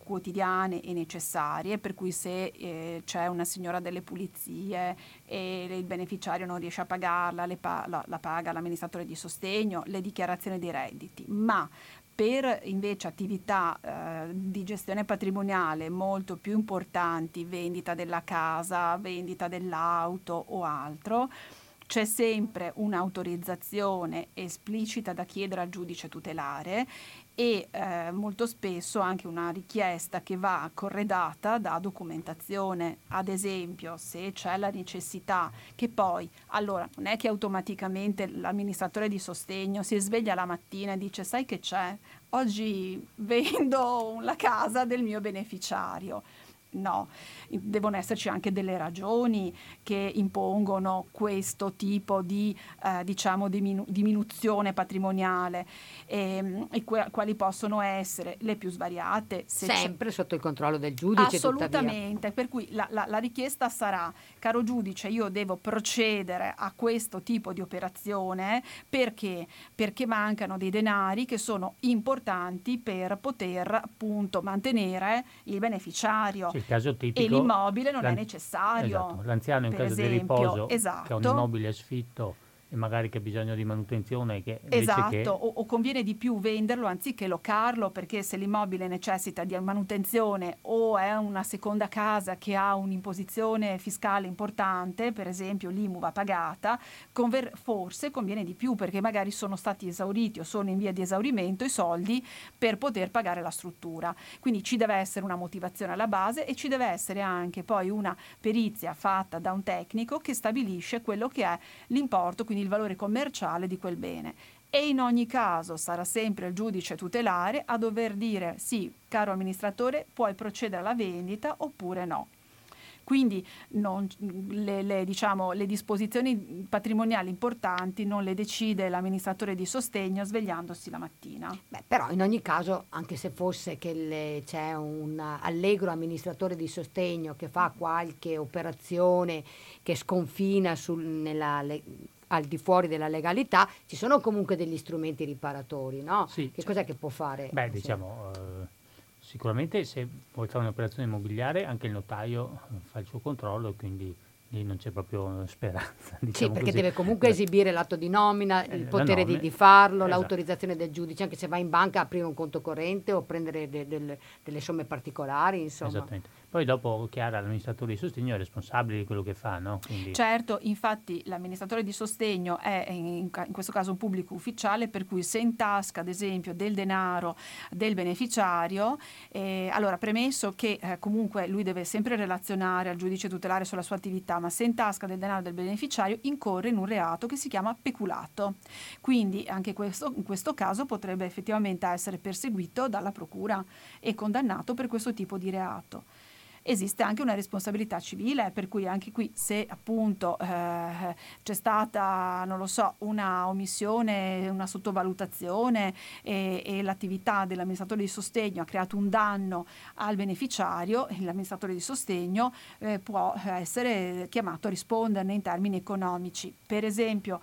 quotidiane e necessarie, per cui se eh, c'è una signora delle pulizie e il beneficiario non riesce a pagarla, le pa- la, la paga l'amministratore di sostegno, le dichiarazioni dei redditi, ma per invece attività eh, di gestione patrimoniale molto più importanti, vendita della casa, vendita dell'auto o altro, c'è sempre un'autorizzazione esplicita da chiedere al giudice tutelare e eh, molto spesso anche una richiesta che va corredata da documentazione. Ad esempio, se c'è la necessità che poi, allora non è che automaticamente l'amministratore di sostegno si sveglia la mattina e dice: sai che c'è? Oggi vendo la casa del mio beneficiario. No, devono esserci anche delle ragioni che impongono questo tipo di eh, diciamo diminu- diminuzione patrimoniale e, e que- quali possono essere le più svariate. Se sempre sotto il controllo del giudice, assolutamente, tuttavia. per cui la, la, la richiesta sarà: caro giudice, io devo procedere a questo tipo di operazione perché perché mancano dei denari che sono importanti per poter appunto mantenere il beneficiario. Sì, il caso tipico, e l'immobile non l'an- è necessario. Esatto, l'anziano in per caso di esempio. riposo Esatto. che ha un immobile affitto e magari che ha bisogno di manutenzione, che invece Esatto, che o, o conviene di più venderlo anziché locarlo, perché se l'immobile necessita di manutenzione o è una seconda casa che ha un'imposizione fiscale importante, per esempio l'I M U va pagata, conver- forse conviene di più, perché magari sono stati esauriti o sono in via di esaurimento i soldi per poter pagare la struttura. Quindi ci deve essere una motivazione alla base e ci deve essere anche poi una perizia fatta da un tecnico che stabilisce quello che è l'importo, quindi il valore commerciale di quel bene. E in ogni caso sarà sempre il giudice tutelare a dover dire: sì, caro amministratore, puoi procedere alla vendita oppure no. Quindi non, le, le, diciamo, le disposizioni patrimoniali importanti non le decide l'amministratore di sostegno svegliandosi la mattina. Beh, però in ogni caso, anche se fosse che le, c'è un allegro amministratore di sostegno che fa qualche operazione che sconfina sul, nella, le, al di fuori della legalità, ci sono comunque degli strumenti riparatori, no? Sì, che certo. Cos'è che può fare? Beh, Sì. diciamo, eh, sicuramente se vuoi fare un'operazione immobiliare anche il notaio fa il suo controllo e quindi lì non c'è proprio speranza. Sì, Diciamo perché così. deve comunque esibire l'atto di nomina, Eh, il la potere di, nomina, di farlo, esatto. l'autorizzazione del giudice, anche se va in banca a aprire un conto corrente o prendere de- del- delle somme particolari, insomma. Esattamente. Poi dopo, chiaro, l'amministratore di sostegno è responsabile di quello che fa, no? Quindi... Certo, infatti l'amministratore di sostegno è in, in questo caso un pubblico ufficiale, per cui se intasca ad esempio del denaro del beneficiario, eh, allora premesso che eh, comunque lui deve sempre relazionare al giudice tutelare sulla sua attività, ma se intasca del denaro del beneficiario incorre in un reato che si chiama peculato. Quindi anche questo, in questo caso potrebbe effettivamente essere perseguito dalla procura e condannato per questo tipo di reato. Esiste anche una responsabilità civile, per cui anche qui se appunto eh, c'è stata, non lo so, una omissione, una sottovalutazione e, e l'attività dell'amministratore di sostegno ha creato un danno al beneficiario, l'amministratore di sostegno eh, può essere chiamato a risponderne in termini economici. Per esempio,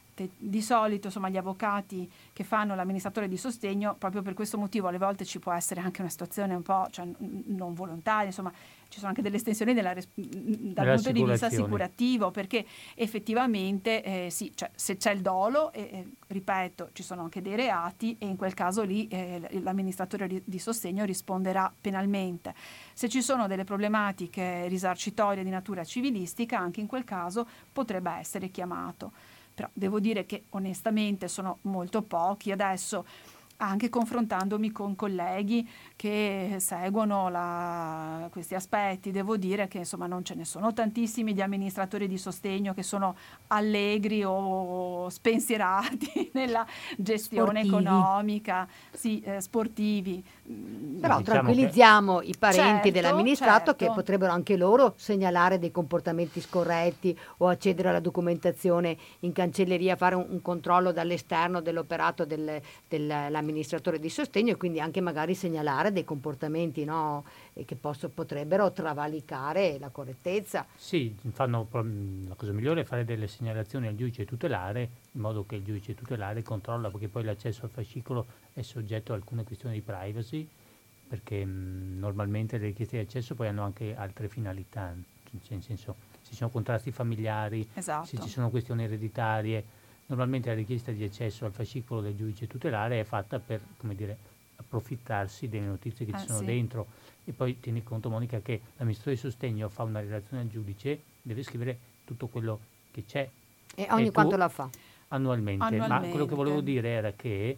di solito insomma gli avvocati che fanno l'amministratore di sostegno, proprio per questo motivo alle volte ci può essere anche una situazione un po', cioè, non volontaria, insomma ci sono anche delle estensioni della res- dal punto di vista assicurativo, perché effettivamente eh, sì, cioè, se c'è il dolo, eh, eh, ripeto, ci sono anche dei reati e in quel caso lì eh, l'amministratore di, di sostegno risponderà penalmente. Se ci sono delle problematiche risarcitorie di natura civilistica, anche in quel caso potrebbe essere chiamato. Però devo dire che onestamente sono molto pochi adesso, anche confrontandomi con colleghi che seguono la, questi aspetti, devo dire che insomma non ce ne sono tantissimi di amministratori di sostegno che sono allegri o spensierati nella gestione Sportivi. economica, sì, eh, sportivi. Però Diciamo tranquillizziamo i parenti Certo, dell'amministrato certo. che potrebbero anche loro segnalare dei comportamenti scorretti o accedere alla documentazione in cancelleria, fare un, un controllo dall'esterno dell'operato del, dell'amministratore di sostegno e quindi anche magari segnalare dei comportamenti, no, e che posso, potrebbero travalicare la correttezza. Sì, fanno, la cosa migliore è fare delle segnalazioni al giudice tutelare, in modo che il giudice tutelare controlla, perché poi l'accesso al fascicolo è soggetto a alcune questioni di privacy perché mh, normalmente le richieste di accesso poi hanno anche altre finalità, cioè, nel senso se ci sono contrasti familiari, Esatto. se ci sono questioni ereditarie, normalmente la richiesta di accesso al fascicolo del giudice tutelare è fatta per, come dire, approfittarsi delle notizie che Eh, ci sono sì. dentro. E poi tieni conto, Monica, che l'amministratore di sostegno fa una relazione al giudice, deve scrivere tutto quello che c'è E ogni tu- quanto la fa? annualmente. Ma quello che volevo Annualmente. dire era che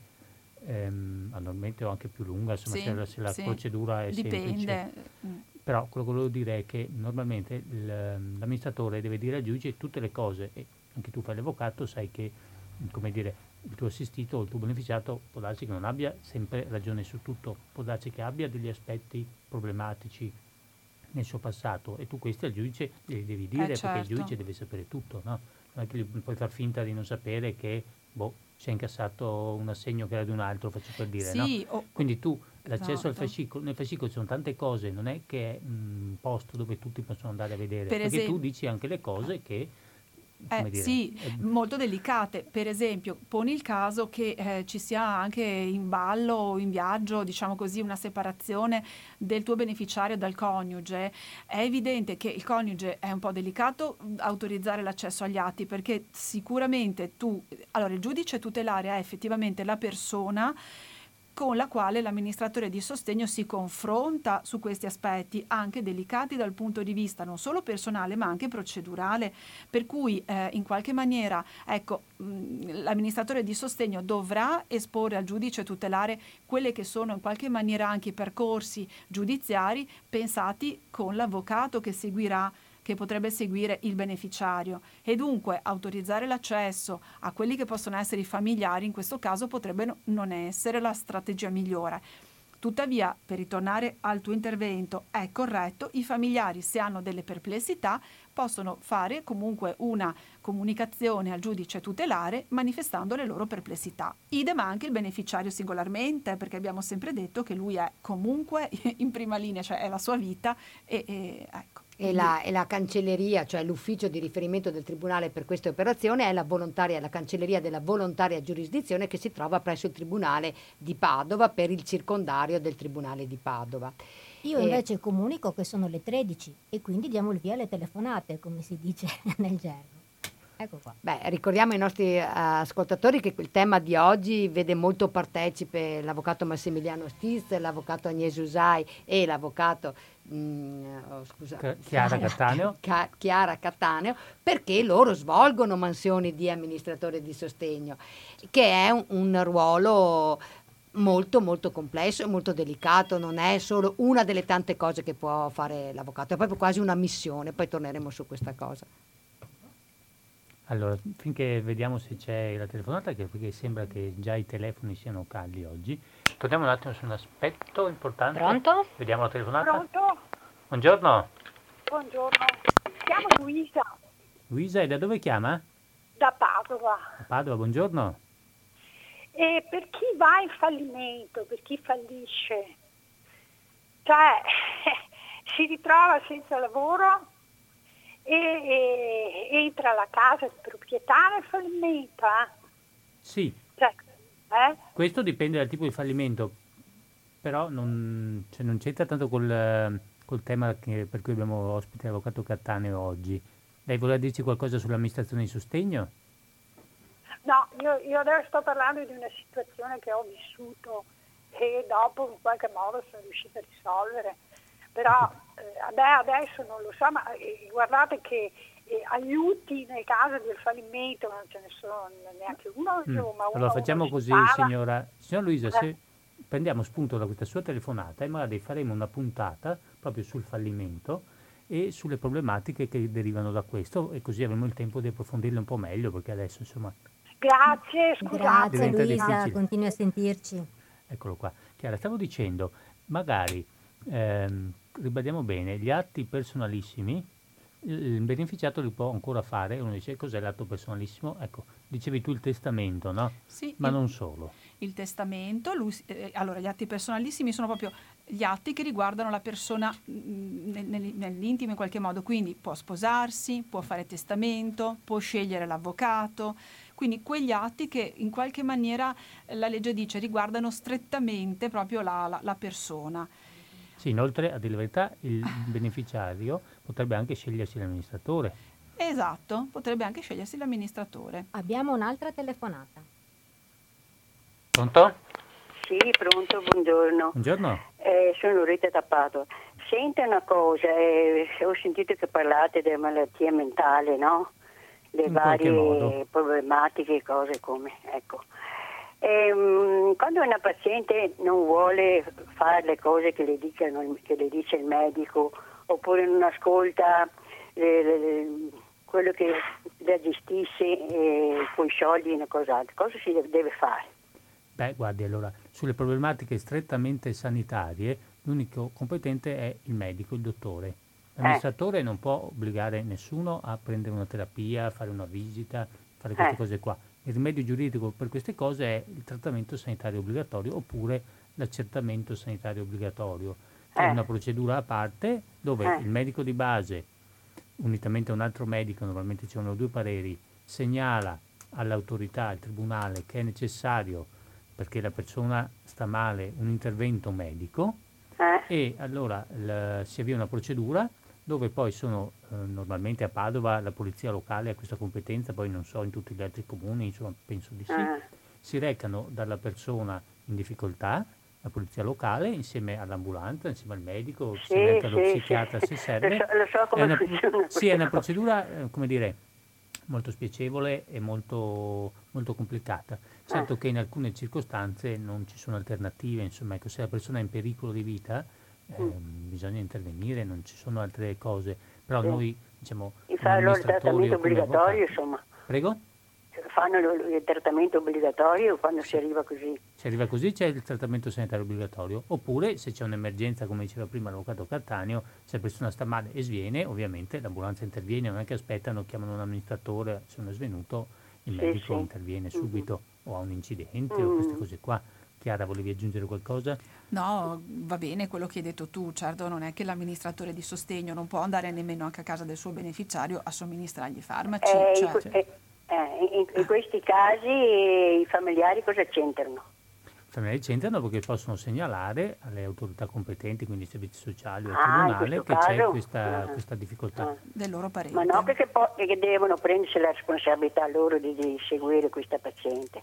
ehm, annualmente o anche più lunga, insomma, Sì, se la, se la sì. procedura è semplice. Dipende. Mm. Però quello che volevo dire è che normalmente il- l'amministratore deve dire al giudice tutte le cose, e anche tu fai l'avvocato, sai che, come dire, il tuo assistito o il tuo beneficiato può darsi che non abbia sempre ragione su tutto, può darsi che abbia degli aspetti problematici nel suo passato, e tu questi al giudice li devi dire, Eh, perché il certo. giudice deve sapere tutto, no? Non è che gli puoi far finta di non sapere che, boh, si è incassato un assegno che era di un altro, faccio per dire, no? Sì, o- Quindi tu l'accesso al esatto. fascicolo, nel fascicolo ci sono tante cose, non è che è un posto dove tutti possono andare a vedere, Per perché tu esempio- dici anche le cose che, Eh, come dire, sì, eh, molto delicate. Per esempio, poni il caso che eh, ci sia anche in ballo o in viaggio, diciamo così, una separazione del tuo beneficiario dal coniuge. È evidente che il coniuge è un po' delicato mh, autorizzare l'accesso agli atti, perché sicuramente tu, allora il giudice tutelare è effettivamente la persona con la quale l'amministratore di sostegno si confronta su questi aspetti, anche delicati dal punto di vista non solo personale ma anche procedurale, per cui eh, in qualche maniera ecco, mh, l'amministratore di sostegno dovrà esporre al giudice tutelare quelle che sono in qualche maniera anche i percorsi giudiziari pensati con l'avvocato che seguirà, che potrebbe seguire il beneficiario, e dunque autorizzare l'accesso a quelli che possono essere i familiari in questo caso potrebbe no- non essere la strategia migliore. Tuttavia, per ritornare al tuo intervento, è corretto, i familiari, se hanno delle perplessità, possono fare comunque una comunicazione al giudice tutelare manifestando le loro perplessità. Idem anche il beneficiario singolarmente, perché abbiamo sempre detto che lui è comunque in prima linea, cioè è la sua vita e, e ecco. E la, e la cancelleria, cioè l'ufficio di riferimento del tribunale per queste operazioni, è la volontaria, la cancelleria della volontaria giurisdizione che si trova presso il tribunale di Padova per il circondario del tribunale di Padova. Io E- invece comunico che sono le tredici e quindi diamo il via alle telefonate, come si dice nel gergo. Ecco qua. Beh, ricordiamo ai nostri eh, ascoltatori che il tema di oggi vede molto partecipe l'avvocato Massimiliano Stiz, l'avvocato Agnese Usai e l'avvocato mm, oh, scusa, Ca- Chiara Cattaneo. Ca- Chiara Cattaneo, perché loro svolgono mansioni di amministratore di sostegno, che è un, un ruolo molto molto complesso e molto delicato, non è solo una delle tante cose che può fare l'avvocato, è proprio quasi una missione, poi torneremo su questa cosa. Allora, finché vediamo se c'è la telefonata, che- perché sembra che già i telefoni siano caldi oggi. Torniamo un attimo su un aspetto importante. Pronto? Vediamo la telefonata. Pronto? Buongiorno. Buongiorno. Chiamo Luisa Luisa, e da dove chiama? da Padova. Da Padova, buongiorno. E per chi va in fallimento, per chi fallisce, cioè si ritrova senza lavoro e, e entra alla casa di proprietà e fallimenta. Sì, Cioè, eh? questo dipende dal tipo di fallimento, però non, cioè, non c'entra tanto col, eh, col tema che- per cui abbiamo ospite l'avvocato Cattaneo oggi. Lei voleva dirci qualcosa sull'amministrazione di sostegno? No, io, io adesso sto parlando di una situazione che ho vissuto e dopo in qualche modo sono riuscita a risolvere. Però eh, a me adesso non lo so, ma eh, guardate che eh, aiuti nel caso del fallimento non ce ne sono neanche uno, Mm. insomma. uno- Allora facciamo uno così, si spara. signora. Signora Luisa, Eh. se prendiamo spunto da questa sua telefonata e magari faremo una puntata proprio sul fallimento e sulle problematiche che derivano da questo, e così avremo il tempo di approfondirle un po' meglio, perché adesso insomma, Grazie, scusate. Grazie Diventa Luisa, difficile. continui a sentirci. eccolo qua. Chiara, stavo dicendo, magari ehm, ribadiamo bene, gli atti personalissimi, il il beneficiato li può ancora fare. Uno dice, cos'è l'atto personalissimo? Ecco, dicevi tu il testamento, no? Sì, Ma il- non solo. il testamento, lui- eh, allora gli atti personalissimi sono proprio gli atti che riguardano la persona mh, nel- nel- nell'intimo in qualche modo, quindi può sposarsi, può fare testamento, può scegliere l'avvocato, Quindi quegli atti che in qualche maniera eh, la legge dice riguardano strettamente proprio la, la, la persona. Sì, inoltre, a dire la verità, il beneficiario potrebbe anche scegliersi l'amministratore. Esatto, potrebbe anche scegliersi l'amministratore. Abbiamo un'altra telefonata. Pronto? Sì, pronto, buongiorno. Buongiorno. Eh, sono Rita da Padova. Senta una cosa, eh, ho sentito che parlate della malattia mentale, no? Le In qualche modo. varie problematiche, cose come, ecco. Ehm, quando una paziente non vuole fare le cose che le, dicano, che le dice il medico, oppure non ascolta le, le, le, quello che la gestisce eh, con i soldi e cos'altro, cosa si deve, deve fare? Beh, guardi, allora, sulle problematiche strettamente sanitarie, l'unico competente è il medico, il dottore. L'amministratore eh. non può obbligare nessuno a prendere una terapia, a fare una visita, fare queste eh. cose qua. Il rimedio giuridico per queste cose è il trattamento sanitario obbligatorio oppure l'accertamento sanitario obbligatorio. È eh. una procedura a parte dove eh. il medico di base, unitamente a un altro medico, normalmente ci sono due pareri, segnala all'autorità, al tribunale, che è necessario, perché la persona sta male, un intervento medico eh. e allora l- si avvia una procedura dove poi sono eh, normalmente a Padova la polizia locale ha questa competenza, poi non so in tutti gli altri comuni, insomma penso di sì, eh. si recano dalla persona in difficoltà, la polizia locale insieme all'ambulanza, insieme al medico, sì, si reca lo sì, psichiatra sì. se serve. Lo so, lo so come è una, funziona. sì, è una procedura, eh, come dire, molto spiacevole e molto, molto complicata. Certo eh. che in alcune circostanze non ci sono alternative, insomma, ecco, se la persona è in pericolo di vita eh, mm. bisogna intervenire, non ci sono altre cose, però sì. noi diciamo e fanno il trattamento obbligatorio, avvocati, insomma. Prego? Fanno il trattamento obbligatorio quando si arriva così. Si arriva così c'è il trattamento sanitario obbligatorio, oppure se c'è un'emergenza, come diceva prima l'avvocato Cattaneo, se la persona sta male e sviene, ovviamente l'ambulanza interviene, non è che aspettano, chiamano un amministratore, se uno è svenuto il sì, medico sì. interviene subito, mm-hmm. o ha un incidente mm-hmm. o queste cose qua. Chiara, volevi aggiungere qualcosa? No, va bene quello che hai detto tu, certo non è che l'amministratore di sostegno non può andare nemmeno anche a casa del suo beneficiario a somministrargli farmaci. Eh, cioè. in, eh, eh, in, in questi casi eh, i familiari cosa c'entrano? I familiari c'entrano perché possono segnalare alle autorità competenti, quindi i servizi sociali o al ah, tribunale, che caso? c'è questa, ah. questa difficoltà. Ah. Del loro parente. Ma no, perché, po- perché devono prendersi la responsabilità loro di, di seguire questa paziente.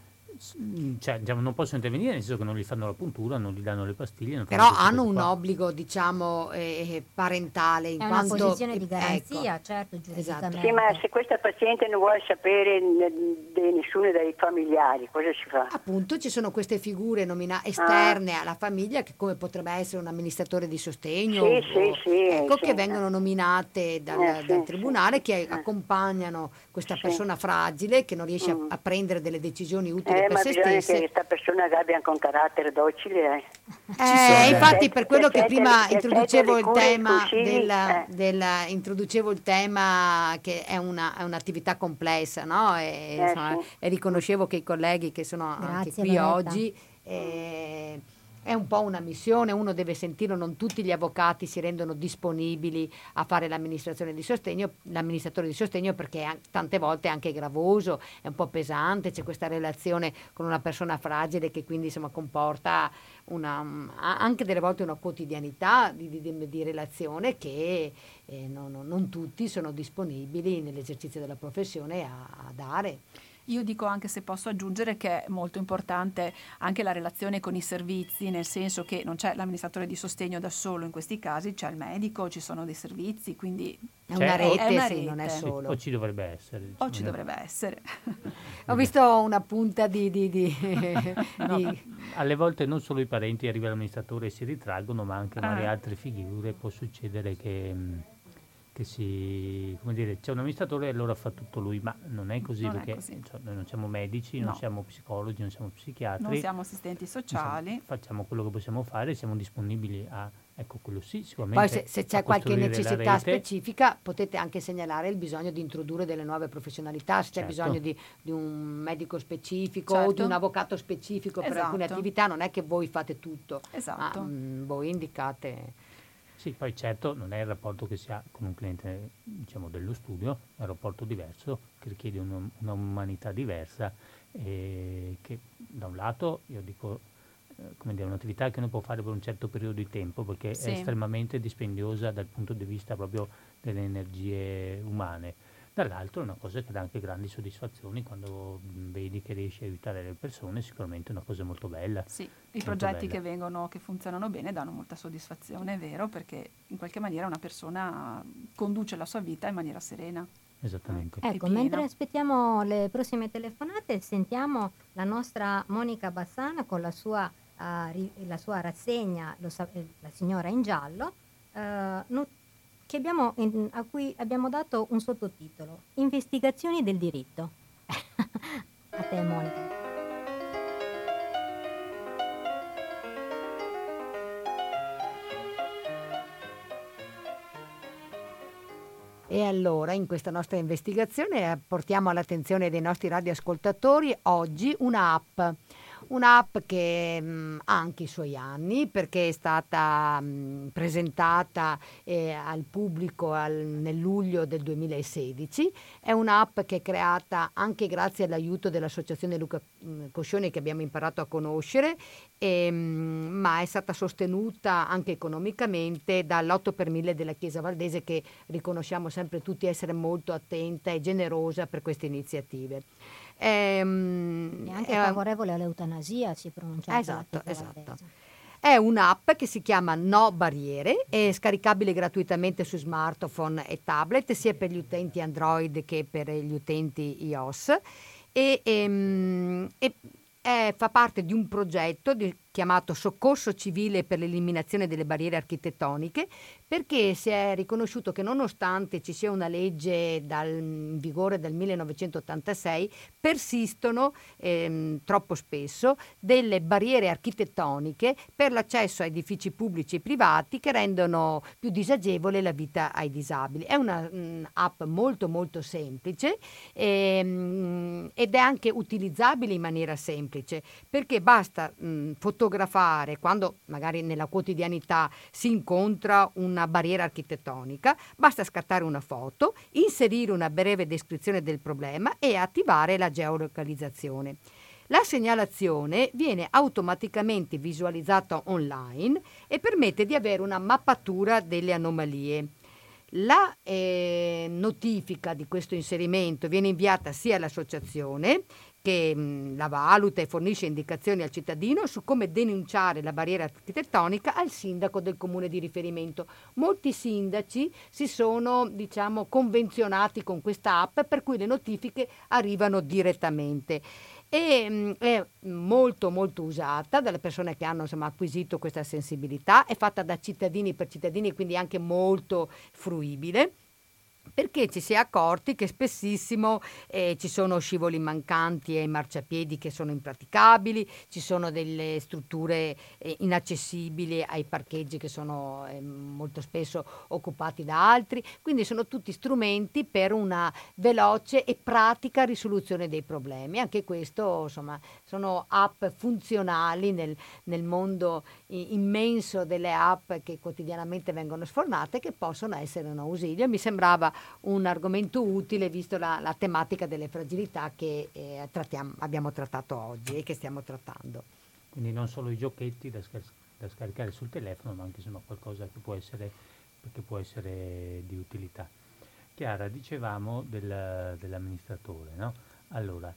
Cioè, diciamo, non possono intervenire nel senso che non gli fanno la puntura, non gli danno le pastiglie. Non però hanno un qua. obbligo, diciamo, eh, parentale. In è quanto, una posizione di ecco. garanzia, certo, giuridicamente. Sì, ma se questa paziente non vuole sapere di nessuno dei familiari, cosa si fa? Appunto, ci sono queste figure nomina- esterne ah. alla famiglia, che come potrebbe essere un amministratore di sostegno, sì, o, sì, sì, ecco, sì, che vengono nominate dal, eh, dal sì, tribunale, sì, che sì. accompagnano questa sì. persona fragile, che non riesce mm. a, a prendere delle decisioni utili eh, per ma se bisogna stesse. che questa persona abbia anche un carattere docile. Eh, eh infatti per quello che prima che introducevo il tema del, eh. del introducevo il tema che è, una, è un'attività complessa, no? E, eh, insomma, sì. e riconoscevo che i colleghi che sono Grazie, anche qui Loretta. oggi eh, è un po' una missione, uno deve sentirlo, non tutti gli avvocati si rendono disponibili a fare l'amministrazione di sostegno, l'amministratore di sostegno, perché è, tante volte è anche gravoso, è un po' pesante, c'è questa relazione con una persona fragile che quindi insomma comporta una, anche delle volte una quotidianità di, di, di relazione che eh, non, non tutti sono disponibili nell'esercizio della professione a, a dare. Io dico, anche se posso aggiungere, che è molto importante anche la relazione con i servizi, nel senso che non c'è l'amministratore di sostegno da solo in questi casi, c'è il medico, ci sono dei servizi, quindi è una rete, è una sì, rete. non è solo. O ci dovrebbe essere. Diciamo. O ci dovrebbe essere. Ho visto una punta di... di, di, no, di... Alle volte non solo i parenti arriva l'amministratore e si ritraggono, ma anche magari ah. altre figure. Può succedere che... che si, come dire, c'è un amministratore e allora fa tutto lui, ma non è così, non perché è così. Cioè, noi non siamo medici, no. non siamo psicologi, non siamo psichiatri, non siamo assistenti sociali, insomma, facciamo quello che possiamo fare, siamo disponibili a, ecco, quello sì, sicuramente. Poi se, se c'è qualche necessità specifica potete anche segnalare il bisogno di introdurre delle nuove professionalità, se c'è certo. bisogno di, di un medico specifico certo. o di un avvocato specifico esatto. per alcune attività, non è che voi fate tutto, esatto. ma mh, voi indicate. Sì, poi certo non è il rapporto che si ha con un cliente, diciamo, dello studio, è un rapporto diverso che richiede un- una umanità diversa e che da un lato io dico, eh, come dire, un'attività che uno può fare per un certo periodo di tempo perché è Sì. estremamente dispendiosa dal punto di vista proprio delle energie umane. Dall'altro è una cosa che dà anche grandi soddisfazioni quando mh, vedi che riesci a aiutare le persone, sicuramente è una cosa molto bella. Sì, i Molto progetti bella. che vengono, che funzionano bene danno molta soddisfazione, è vero, perché in qualche maniera una persona conduce la sua vita in maniera serena. Esattamente. È Ecco, piena. mentre aspettiamo le prossime telefonate, sentiamo la nostra Monica Bassana con la sua, eh, ri- la sua rassegna, lo sa- eh, La signora in giallo, eh, no- che abbiamo, in- a cui abbiamo dato un sottotitolo: Investigazioni del diritto. A te, Monica. E allora, in questa nostra investigazione, eh, portiamo all'attenzione dei nostri radioascoltatori oggi un'app. Un'app che mh, ha anche i suoi anni perché è stata mh, presentata eh, al pubblico al- nel luglio del duemilasedici. È un'app che è creata anche grazie all'aiuto dell'associazione Luca mh, Coscioni, che abbiamo imparato a conoscere, e, mh, ma è stata sostenuta anche economicamente dall'otto per mille della Chiesa Valdese, che riconosciamo sempre tutti essere molto attenta e generosa per queste iniziative. Ehm, E anche è- favorevole all'eutanasia si è pronunciata la Esatto, Chiesa esatto. Valdese. È un'app che si chiama No Barriere, è scaricabile gratuitamente su smartphone e tablet, sia per gli utenti Android che per gli utenti iOS. E, ehm, e- è- fa parte di un progetto di- chiamato Soccorso Civile per l'eliminazione delle barriere architettoniche, perché si è riconosciuto che nonostante ci sia una legge dal- in vigore dal millenovecentottantasei, persistono ehm, troppo spesso delle barriere architettoniche per l'accesso a edifici pubblici e privati che rendono più disagevole la vita ai disabili. È una mm, app molto molto semplice, ehm, ed è anche utilizzabile in maniera semplice perché basta mh, fotografare quando magari nella quotidianità si incontra una barriera architettonica, basta scattare una foto, inserire una breve descrizione del problema e attivare la geolocalizzazione. La segnalazione viene automaticamente visualizzata online e permette di avere una mappatura delle anomalie. La eh, notifica di questo inserimento viene inviata sia all'associazione, che mh, la valuta e fornisce indicazioni al cittadino su come denunciare la barriera architettonica, al sindaco del comune di riferimento. Molti sindaci si sono, diciamo, convenzionati con questa app, per cui le notifiche arrivano direttamente. E mh, è molto molto usata dalle persone che hanno, insomma, acquisito questa sensibilità, è fatta da cittadini per cittadini, quindi anche molto fruibile, perché ci si è accorti che spessissimo eh, ci sono scivoli mancanti e marciapiedi che sono impraticabili, ci sono delle strutture eh, inaccessibili ai parcheggi che sono eh, molto spesso occupati da altri, quindi sono tutti strumenti per una veloce e pratica risoluzione dei problemi. Anche questo, insomma, sono app funzionali nel, nel mondo i- immenso delle app che quotidianamente vengono sfornate, che possono essere un ausilio. Mi sembrava un argomento utile visto la, la tematica delle fragilità che eh, trattiamo, abbiamo trattato oggi e che stiamo trattando. Quindi non solo i giochetti da, scar- da scaricare sul telefono, ma anche insomma qualcosa che può essere, che può essere di utilità. Chiara, dicevamo del- dell'amministratore, no? Allora,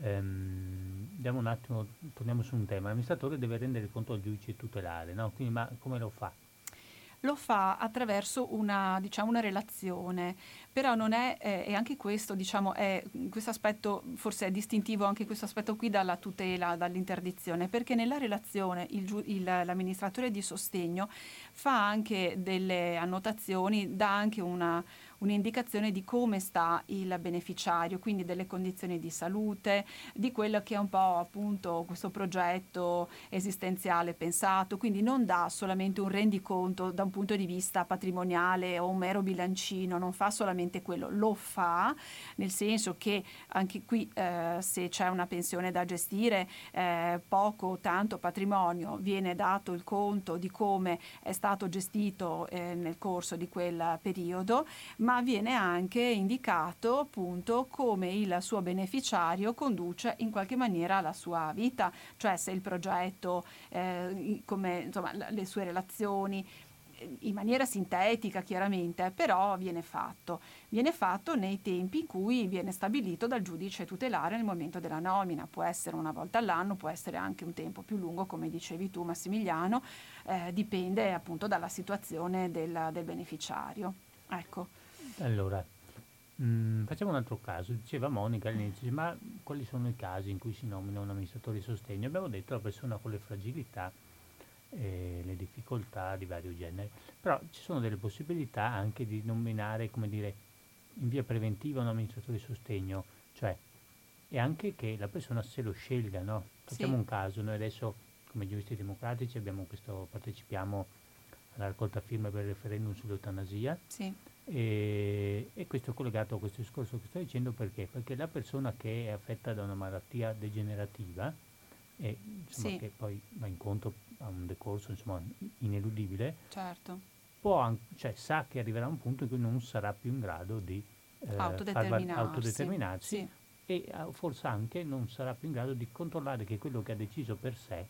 ehm, andiamo un attimo, torniamo su un tema. L'amministratore deve rendere conto al giudice tutelare, no? Quindi, ma come lo fa? Lo fa attraverso una, diciamo, una relazione, però non è, eh, e anche questo, diciamo, è, questo aspetto forse è distintivo anche questo aspetto qui dalla tutela, dall'interdizione, perché nella relazione il, giu- il- l'amministratore di sostegno fa anche delle annotazioni, dà anche una, un'indicazione di come sta il beneficiario, quindi delle condizioni di salute, di quello che è un po' appunto questo progetto esistenziale pensato, quindi non dà solamente un rendiconto da un punto di vista patrimoniale o un mero bilancino, non fa solamente quello, lo fa nel senso che anche qui eh, se c'è una pensione da gestire, eh, poco o tanto patrimonio, viene dato il conto di come è stato gestito eh, nel corso di quel periodo, ma viene anche indicato appunto come il suo beneficiario conduce in qualche maniera la sua vita, cioè se il progetto, eh, come insomma le sue relazioni, in maniera sintetica chiaramente, però viene fatto. Viene fatto nei tempi in cui viene stabilito dal giudice tutelare nel momento della nomina, può essere una volta all'anno, può essere anche un tempo più lungo, come dicevi tu Massimiliano, eh, dipende appunto dalla situazione del, del beneficiario. Ecco. Allora, mh, facciamo un altro caso. Diceva Monica all'inizio, ma quali sono i casi in cui si nomina un amministratore di sostegno? Abbiamo detto la persona con le fragilità e le difficoltà di vario genere, però ci sono delle possibilità anche di nominare, come dire, in via preventiva un amministratore di sostegno, cioè e anche che la persona se lo scelga, no? Facciamo Sì. un caso, noi adesso come giuristi democratici abbiamo questo, partecipiamo alla raccolta firme per il referendum sull'eutanasia. Sì. E, e questo è collegato a questo discorso che sto dicendo perché? Perché la persona che è affetta da una malattia degenerativa e insomma, Sì. che poi va incontro a un decorso insomma ineludibile, Certo. può an- cioè, sa che arriverà a un punto in cui non sarà più in grado di eh, far val- Autodeterminarsi. autodeterminarsi Sì. e eh, forse anche non sarà più in grado di controllare che quello che ha deciso per sé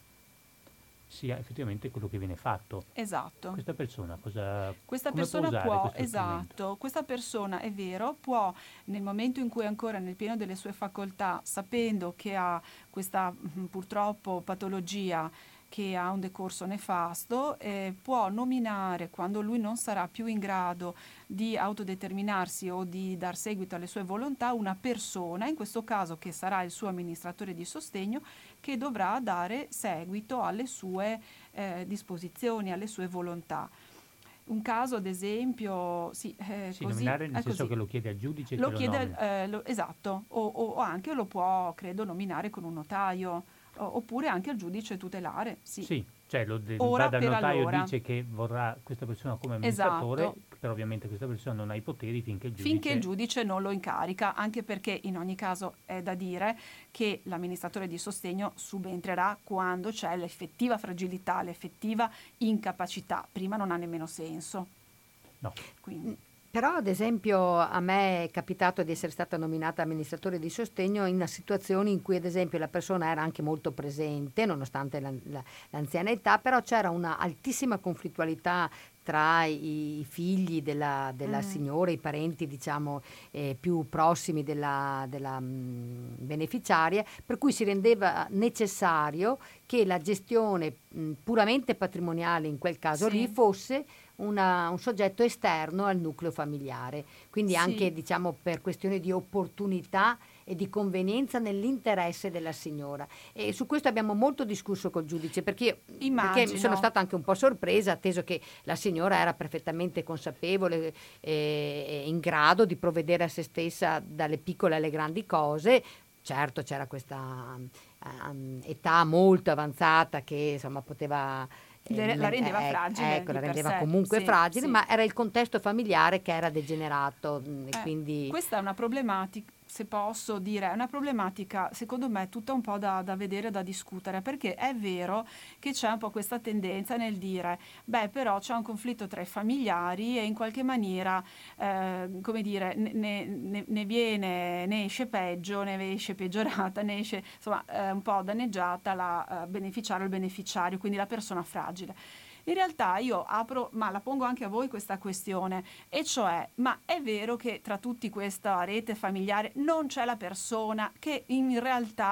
sia effettivamente quello che viene fatto. Esatto. Questa persona cosa Questa come persona può usare può, questo strumento? esatto, questa persona è vero, può nel momento in cui è ancora nel pieno delle sue facoltà, sapendo che ha questa mh, purtroppo patologia che ha un decorso nefasto, eh, può nominare quando lui non sarà più in grado di autodeterminarsi o di dar seguito alle sue volontà una persona, in questo caso che sarà il suo amministratore di sostegno, che dovrà dare seguito alle sue eh, disposizioni, alle sue volontà. Un caso, ad esempio, sì, eh, Sì, così, nominare nel è senso così. che lo chiede al giudice Lo che lo chiede, nomina. eh, lo- esatto, o, o- o anche lo può, credo, nominare con un notaio, o- oppure anche al giudice tutelare, sì. Sì, cioè lo de- Ora va dal per notaio, allora. dice che vorrà questa persona come amministratore, Esatto. però ovviamente questa persona non ha i poteri finché il giudice... Finché il giudice non lo incarica, anche perché in ogni caso è da dire che l'amministratore di sostegno subentrerà quando c'è l'effettiva fragilità, l'effettiva incapacità. Prima non ha nemmeno senso. No. Quindi, Però, ad esempio, a me è capitato di essere stata nominata amministratore di sostegno in situazioni in cui, ad esempio, la persona era anche molto presente, nonostante la- la- l'anziana età, però c'era una altissima conflittualità tra i, i figli della, della Mm. signora, i parenti, diciamo, eh, più prossimi della, della, mh, beneficiaria, per cui si rendeva necessario che la gestione mh, puramente patrimoniale, in quel caso Sì. lì, fosse una- un soggetto esterno al nucleo familiare, quindi Sì. anche diciamo per questioni di opportunità e di convenienza nell'interesse della signora. E su questo abbiamo molto discusso col giudice perché, io- perché Immagino. sono stata anche un po' sorpresa, atteso che la signora era perfettamente consapevole e, e in grado di provvedere a se stessa dalle piccole alle grandi cose. Certo, c'era questa um, età molto avanzata che insomma poteva Le- la rendeva eh, fragile ecco, la di per rendeva sé, comunque sì, fragile, sì. ma era il contesto familiare che era degenerato, mh, e Eh, quindi Questa è una problematica, se posso dire, è una problematica secondo me tutta un po' da, da vedere, da discutere, perché è vero che c'è un po' questa tendenza nel dire, beh però c'è un conflitto tra i familiari e in qualche maniera, eh, come dire, ne, ne- ne viene, ne esce peggio, ne esce peggiorata, ne esce insomma eh, un po' danneggiata la eh, beneficiario o il beneficiario, quindi la persona fragile. In realtà io apro, ma la pongo anche a voi questa questione, e cioè, ma è vero che tra tutti questa rete familiare non c'è la persona che in realtà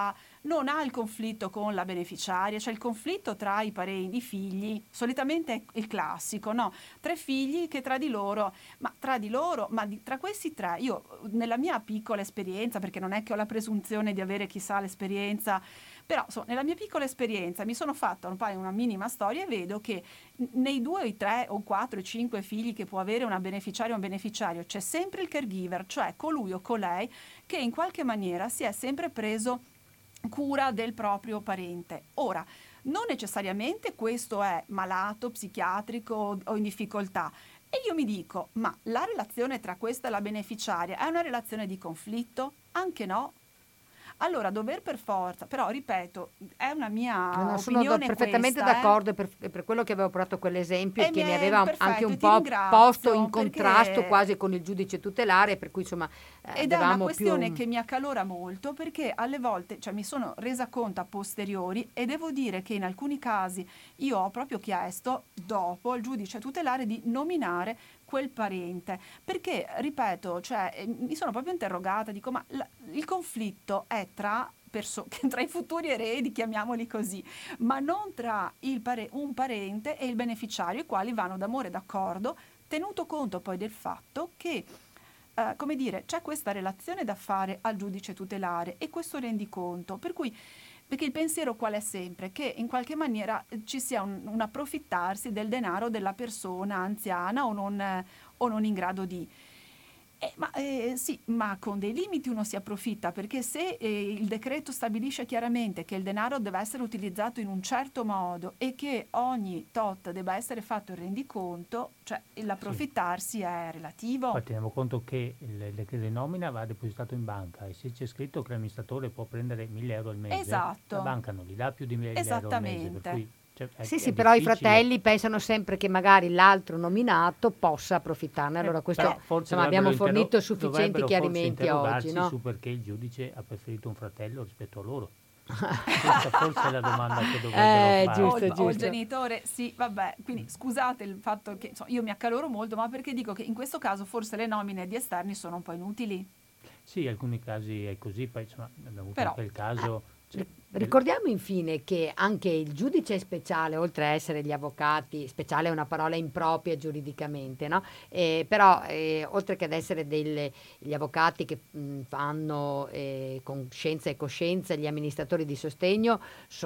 non ha il conflitto con la beneficiaria, cioè il conflitto tra i parenti, i figli, solitamente è il classico, no? Tre figli che tra di loro, ma tra di loro, ma di, tra questi tre, io nella mia piccola esperienza, perché non è che ho la presunzione di avere chissà l'esperienza, però insomma, nella mia piccola esperienza mi sono fatta un paio, una minima storia e vedo che nei due o i tre o quattro o cinque figli che può avere una beneficiaria o un beneficiario c'è sempre il caregiver, cioè colui o colei che in qualche maniera si è sempre preso cura del proprio parente. Ora, non necessariamente questo è malato, psichiatrico o in difficoltà. E io mi dico, ma la relazione tra questa e la beneficiaria è una relazione di conflitto? Anche no. Allora, dover per forza, però ripeto, è una mia No, no, sono opinione perfettamente questa, d'accordo, eh. è per, è per quello che avevo portato quell'esempio E e che mi mi è aveva perfetto, anche un ti po' ringrazio, posto in contrasto perché- quasi con il giudice tutelare, per cui insomma eh, Ed è una avevamo questione più... che mi accalora molto perché alle volte, cioè mi sono resa conto a posteriori e devo dire che in alcuni casi io ho proprio chiesto dopo al giudice tutelare di nominare quel parente, perché ripeto, cioè eh, mi sono proprio interrogata, dico ma la- il conflitto è tra perso- tra i futuri eredi, chiamiamoli così, ma non tra il pare- un parente e il beneficiario, i quali vanno d'amore e d'accordo, tenuto conto poi del fatto che eh, come dire, c'è questa relazione da fare al giudice tutelare e questo rendiconto, per cui perché il pensiero qual è sempre? Che in qualche maniera eh, ci sia un, un approfittarsi del denaro della persona anziana o non, eh, o non in grado di... Eh, ma eh, sì, ma con dei limiti uno si approfitta, perché se eh, il decreto stabilisce chiaramente che il denaro deve essere utilizzato in un certo modo e che ogni tot debba essere fatto il rendiconto, cioè l'approfittarsi è relativo. Poi teniamo conto che il decreto di nomina va depositato in banca e se c'è scritto che l'amministratore può prendere mille euro al mese, Esatto. la banca non gli dà più di mille euro al mese, per Esattamente. cui cioè, è, Sì, è sì, però i difficile. fratelli pensano sempre che magari l'altro nominato possa approfittarne. Allora Eh, questo, però forse insomma, abbiamo dovrebbero interro- fornito sufficienti dovrebbero forse chiarimenti oggi, interrogarsi no? su perché il giudice ha preferito un fratello rispetto a loro. Questa forse è la domanda che dovrebbero Eh, fare. O, giusto, il- o il giusto. genitore, sì, vabbè, quindi scusate il fatto che insomma, io mi accaloro molto, ma perché dico che in questo caso forse le nomine di esterni sono un po' inutili. Sì, in alcuni casi è così, poi insomma abbiamo avuto Però, anche il caso... cioè, Ri- del- Ricordiamo infine che anche il giudice speciale, oltre a essere gli avvocati, speciale è una parola impropria giuridicamente, no? Eh, però eh, oltre che ad essere delle- gli avvocati che mh, fanno eh, con scienza e coscienza gli amministratori di sostegno,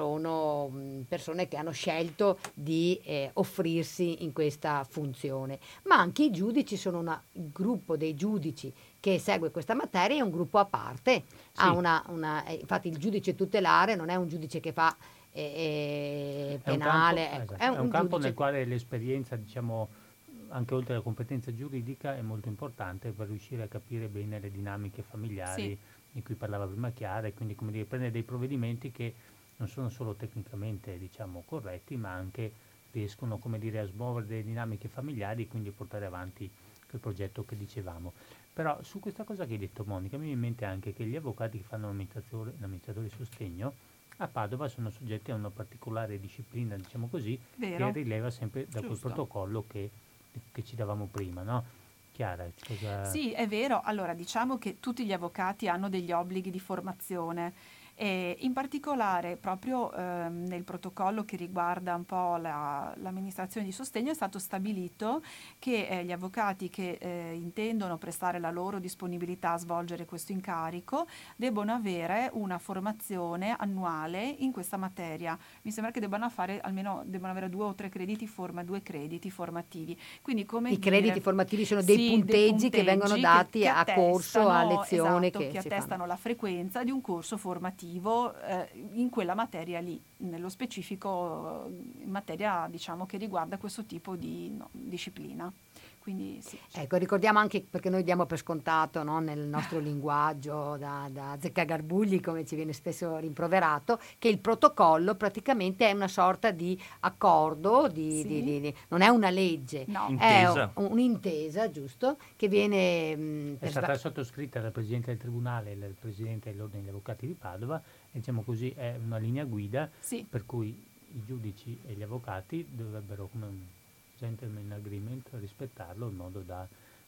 sono mh, persone che hanno scelto di eh, offrirsi in questa funzione, ma anche i giudici sono una- il gruppo dei giudici che segue questa materia è un gruppo a parte, ha Sì. una, una- eh, infatti il giudice tutelare non è un giudice che fa eh, eh, È un penale, campo, ecco, esatto, è è un, un campo giudice nel quale l'esperienza, diciamo, anche oltre alla competenza giuridica, è molto importante per riuscire a capire bene le dinamiche familiari Sì. di cui parlava prima Chiara e quindi come dire, prendere dei provvedimenti che non sono solo tecnicamente, diciamo, corretti, ma anche riescono, come dire, a smuovere delle dinamiche familiari e quindi portare avanti quel progetto che dicevamo. Però su questa cosa che hai detto, Monica, mi viene in mente anche che gli avvocati che fanno l'amministratore, l'amministratore di sostegno a Padova sono soggetti a una particolare disciplina, diciamo così, Vero. che rileva sempre da quel Giusto. protocollo che, che ci davamo prima, no? Chiara, cosa... Sì, è vero. Allora, diciamo che tutti gli avvocati hanno degli obblighi di formazione e in particolare proprio ehm, nel protocollo che riguarda un po' la- l'amministrazione di sostegno è stato stabilito che eh, gli avvocati che eh, intendono prestare la loro disponibilità a svolgere questo incarico debbono avere una formazione annuale in questa materia. Mi sembra che debbano fare almeno debbano avere due o tre crediti forma, due crediti formativi. Quindi come i dire, crediti formativi sono dei sì, punteggi che vengono punteggi dati che a corso, a attestano- lezione esatto, che che si attestano fanno. la frequenza di un corso formativo eh, in quella materia lì, nello specifico eh, in materia diciamo che riguarda questo tipo di no, disciplina. Quindi sì. Ecco, ricordiamo anche, perché noi diamo per scontato, no, nel nostro linguaggio da, da Azzeccagarbugli, come ci viene spesso rimproverato, che il protocollo praticamente è una sorta di accordo, di, Sì. di- di- di- non è una legge, No. è Intesa. un- un'intesa, giusto, che viene mh, È per stata sva- sottoscritta dal Presidente del Tribunale e dal Presidente dell'Ordine degli Avvocati di Padova e diciamo così è una linea guida Sì. per cui i giudici e gli avvocati dovrebbero, come un gentleman agreement, rispettarlo in modo da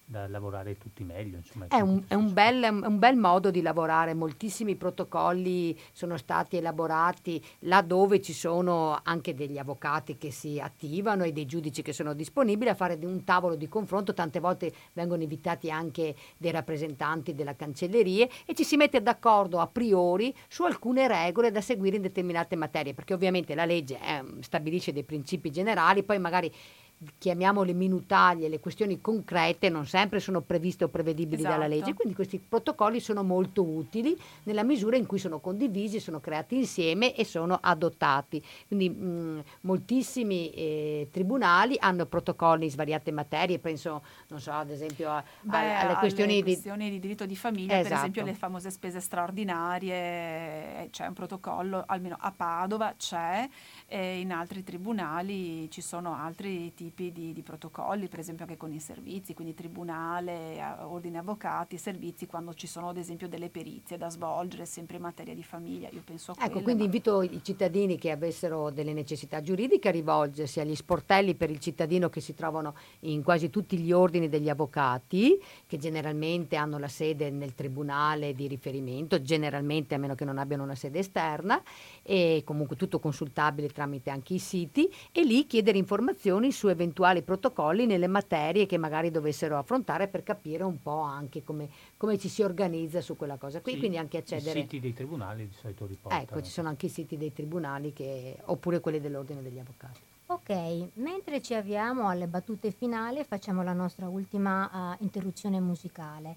da lavorare tutti meglio. Insomma, È un, è un bel, è un bel modo di lavorare, moltissimi protocolli sono stati elaborati laddove ci sono anche degli avvocati che si attivano e dei giudici che sono disponibili a fare di un tavolo di confronto, tante volte vengono invitati anche dei rappresentanti della cancellerie e ci si mette d'accordo a priori su alcune regole da seguire in determinate materie, perché ovviamente la legge eh, stabilisce dei principi generali, poi magari chiamiamole minutaglie, le questioni concrete non sempre sono previste o prevedibili dalla legge, Esatto. quindi questi protocolli sono molto utili nella misura in cui sono condivisi, sono creati insieme e sono adottati. Quindi mh, moltissimi eh, tribunali hanno protocolli in svariate materie, penso, non so, ad esempio a- Beh, a- alle questioni di... questioni di diritto di famiglia, per Esatto. esempio le famose spese straordinarie, eh, c'è un protocollo, almeno a Padova c'è, e in altri tribunali ci sono altri tipi di, di protocolli, per esempio anche con i servizi, quindi tribunale, eh, ordine avvocati, servizi, quando ci sono ad esempio delle perizie da svolgere, sempre in materia di famiglia, io penso a Ecco, quelle, quindi ma- invito i cittadini che avessero delle necessità giuridiche a rivolgersi agli sportelli per il cittadino che si trovano in quasi tutti gli ordini degli avvocati, che generalmente hanno la sede nel tribunale di riferimento, generalmente a meno che non abbiano una sede esterna, e comunque tutto consultabile tramite anche i siti, e lì chiedere informazioni su eventuali protocolli nelle materie che magari dovessero affrontare per capire un po' anche come, come ci si organizza su quella cosa qui, Sì, quindi anche accedere... I siti dei tribunali di solito riportano. Ecco, ci sono anche i siti dei tribunali che, oppure quelli dell'ordine degli avvocati. Ok, mentre ci avviamo alle battute finali, facciamo la nostra ultima uh, interruzione musicale.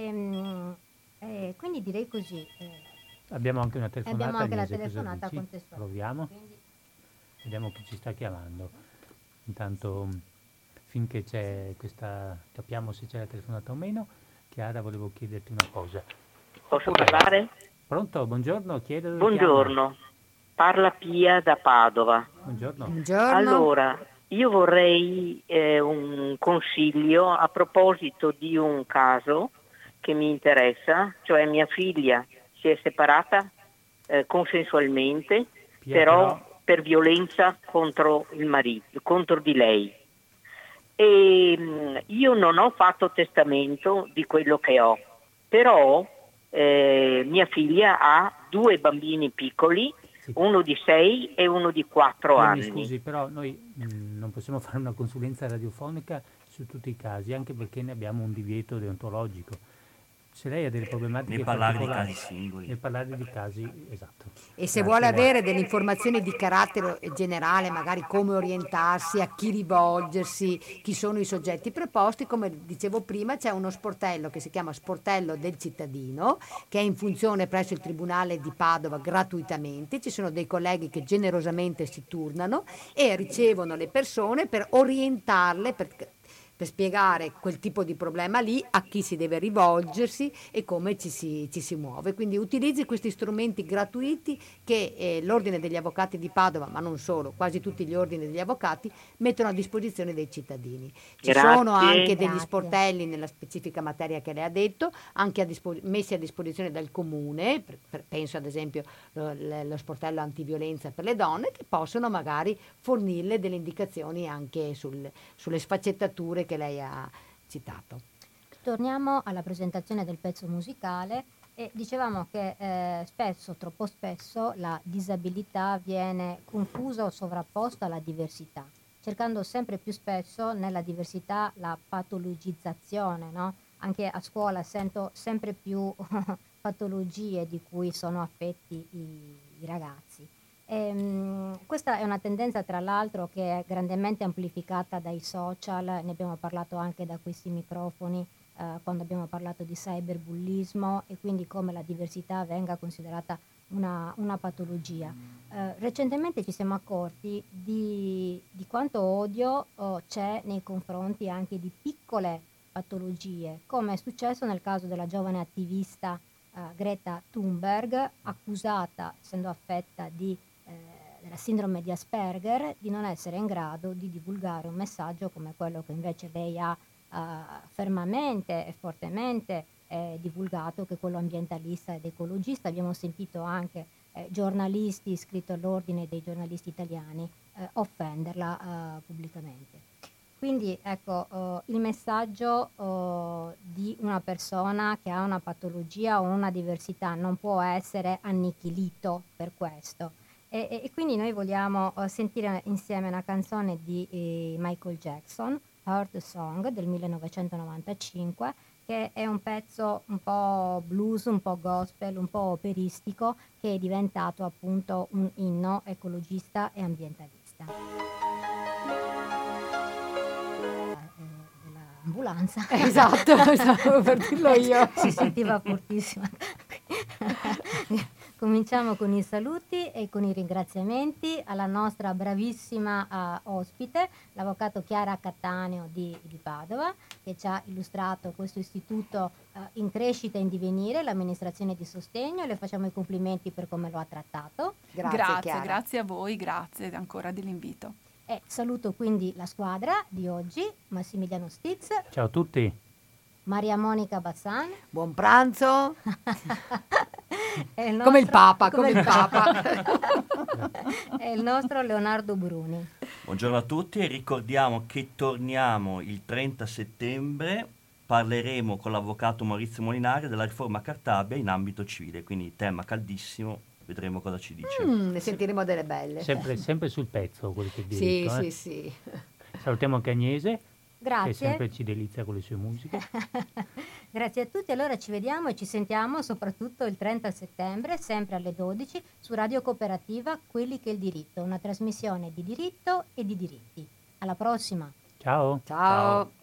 Ehm, eh, quindi direi così. eh, Abbiamo anche una telefonata. abbiamo anche la Agnese, cosa telefonata dici? contestuale. Proviamo, Quindi- vediamo chi ci sta chiamando. Intanto, mh, finché c'è questa, capiamo se c'è la telefonata o meno, Chiara, volevo chiederti una cosa. Posso Prego. parlare? Pronto, buongiorno, chiedo dove Buongiorno, parla Pia da Padova. chiama. Buongiorno. Buongiorno. Allora, io vorrei eh, un consiglio a proposito di un caso che mi interessa, cioè mia figlia si è separata eh, consensualmente, Pia, però, però- per violenza contro il marito, contro di lei. E mh, io non ho fatto testamento di quello che ho, però eh, mia figlia ha due bambini piccoli, Sì. uno di sei e uno di quattro Pia, anni. mi scusi, però noi mh, non possiamo fare una consulenza radiofonica su tutti i casi, anche perché ne abbiamo un divieto deontologico. Se lei ha delle problematiche Ne parlare di particolari, casi singoli. ne parlare di casi, esatto. E se Grazie vuole a lei. avere delle informazioni di carattere generale, magari come orientarsi, a chi rivolgersi, chi sono i soggetti preposti, come dicevo prima, c'è uno sportello che si chiama Sportello del Cittadino, che è in funzione presso il Tribunale di Padova gratuitamente. Ci sono dei colleghi che generosamente si turnano e ricevono le persone per orientarle, per per spiegare quel tipo di problema lì, a chi si deve rivolgersi e come ci si, ci si muove. Quindi utilizzi questi strumenti gratuiti che eh, l'Ordine degli Avvocati di Padova, ma non solo, quasi tutti gli ordini degli avvocati, mettono a disposizione dei cittadini. Ci Grazie. sono anche degli Grazie. sportelli nella specifica materia che lei ha detto, anche a dispo- messi a disposizione dal comune, per- per- penso ad esempio lo, le- lo sportello antiviolenza per le donne, che possono magari fornirle delle indicazioni anche sul- sulle sfaccettature che lei ha citato. Torniamo alla presentazione del pezzo musicale e dicevamo che eh, spesso, troppo spesso, la disabilità viene confusa o sovrapposta alla diversità, cercando sempre più spesso nella diversità la patologizzazione, no? Anche a scuola sento sempre più patologie di cui sono affetti i, i ragazzi. Ehm, questa è una tendenza tra l'altro che è grandemente amplificata dai social, ne abbiamo parlato anche da questi microfoni eh, quando abbiamo parlato di cyberbullismo e quindi come la diversità venga considerata una, una patologia. Eh, recentemente ci siamo accorti di, di quanto odio oh, c'è nei confronti anche di piccole patologie, come è successo nel caso della giovane attivista eh, Greta Thunberg, accusata, essendo affetta di della sindrome di Asperger, di non essere in grado di divulgare un messaggio come quello che invece lei ha uh, fermamente e fortemente eh, divulgato, che è quello ambientalista ed ecologista. Abbiamo sentito anche eh, giornalisti iscritti all'ordine dei giornalisti italiani eh, offenderla uh, pubblicamente. Quindi ecco, eh, il messaggio eh, di una persona che ha una patologia o una diversità non può essere annichilito per questo. E, e- e quindi noi vogliamo eh, sentire insieme una canzone di eh, Michael Jackson, Heart Song del millenovecentonovantacinque, che è un pezzo un po' blues, un po' gospel, un po' operistico, che è diventato appunto un inno ecologista e ambientalista. Dell'ambulanza. Esatto, stavo per dirlo io. Si sentiva fortissima. Cominciamo con i saluti e con i ringraziamenti alla nostra bravissima uh, ospite, l'avvocato Chiara Cattaneo di, di Padova, che ci ha illustrato questo istituto uh, in crescita e in divenire, l'amministrazione di sostegno, e le facciamo i complimenti per come lo ha trattato. Grazie, grazie, Chiara. grazie a voi, grazie ancora dell'invito. E saluto quindi la squadra di oggi, Massimiliano Stitz, Ciao a tutti. Maria Monica Bassan. Buon pranzo. e il Come il nostro- Papa, come il Papa. e il nostro Leonardo Bruni. Buongiorno a tutti e ricordiamo che torniamo il trenta settembre, parleremo con l'avvocato Maurizio Molinari della riforma Cartabia in ambito civile, quindi tema caldissimo, vedremo cosa ci dice. Mm, ne sentiremo delle belle. Sempre, sempre sul pezzo quello che Sì, diritto. sì, eh. sì. Salutiamo anche Agnese, che Grazie. sempre ci delizia con le sue musiche. Grazie a tutti, allora ci vediamo e ci sentiamo soprattutto il trenta settembre, sempre alle dodici, su Radio Cooperativa Quelli che il diritto, una trasmissione di diritto e di diritti. Alla prossima! Ciao. Ciao.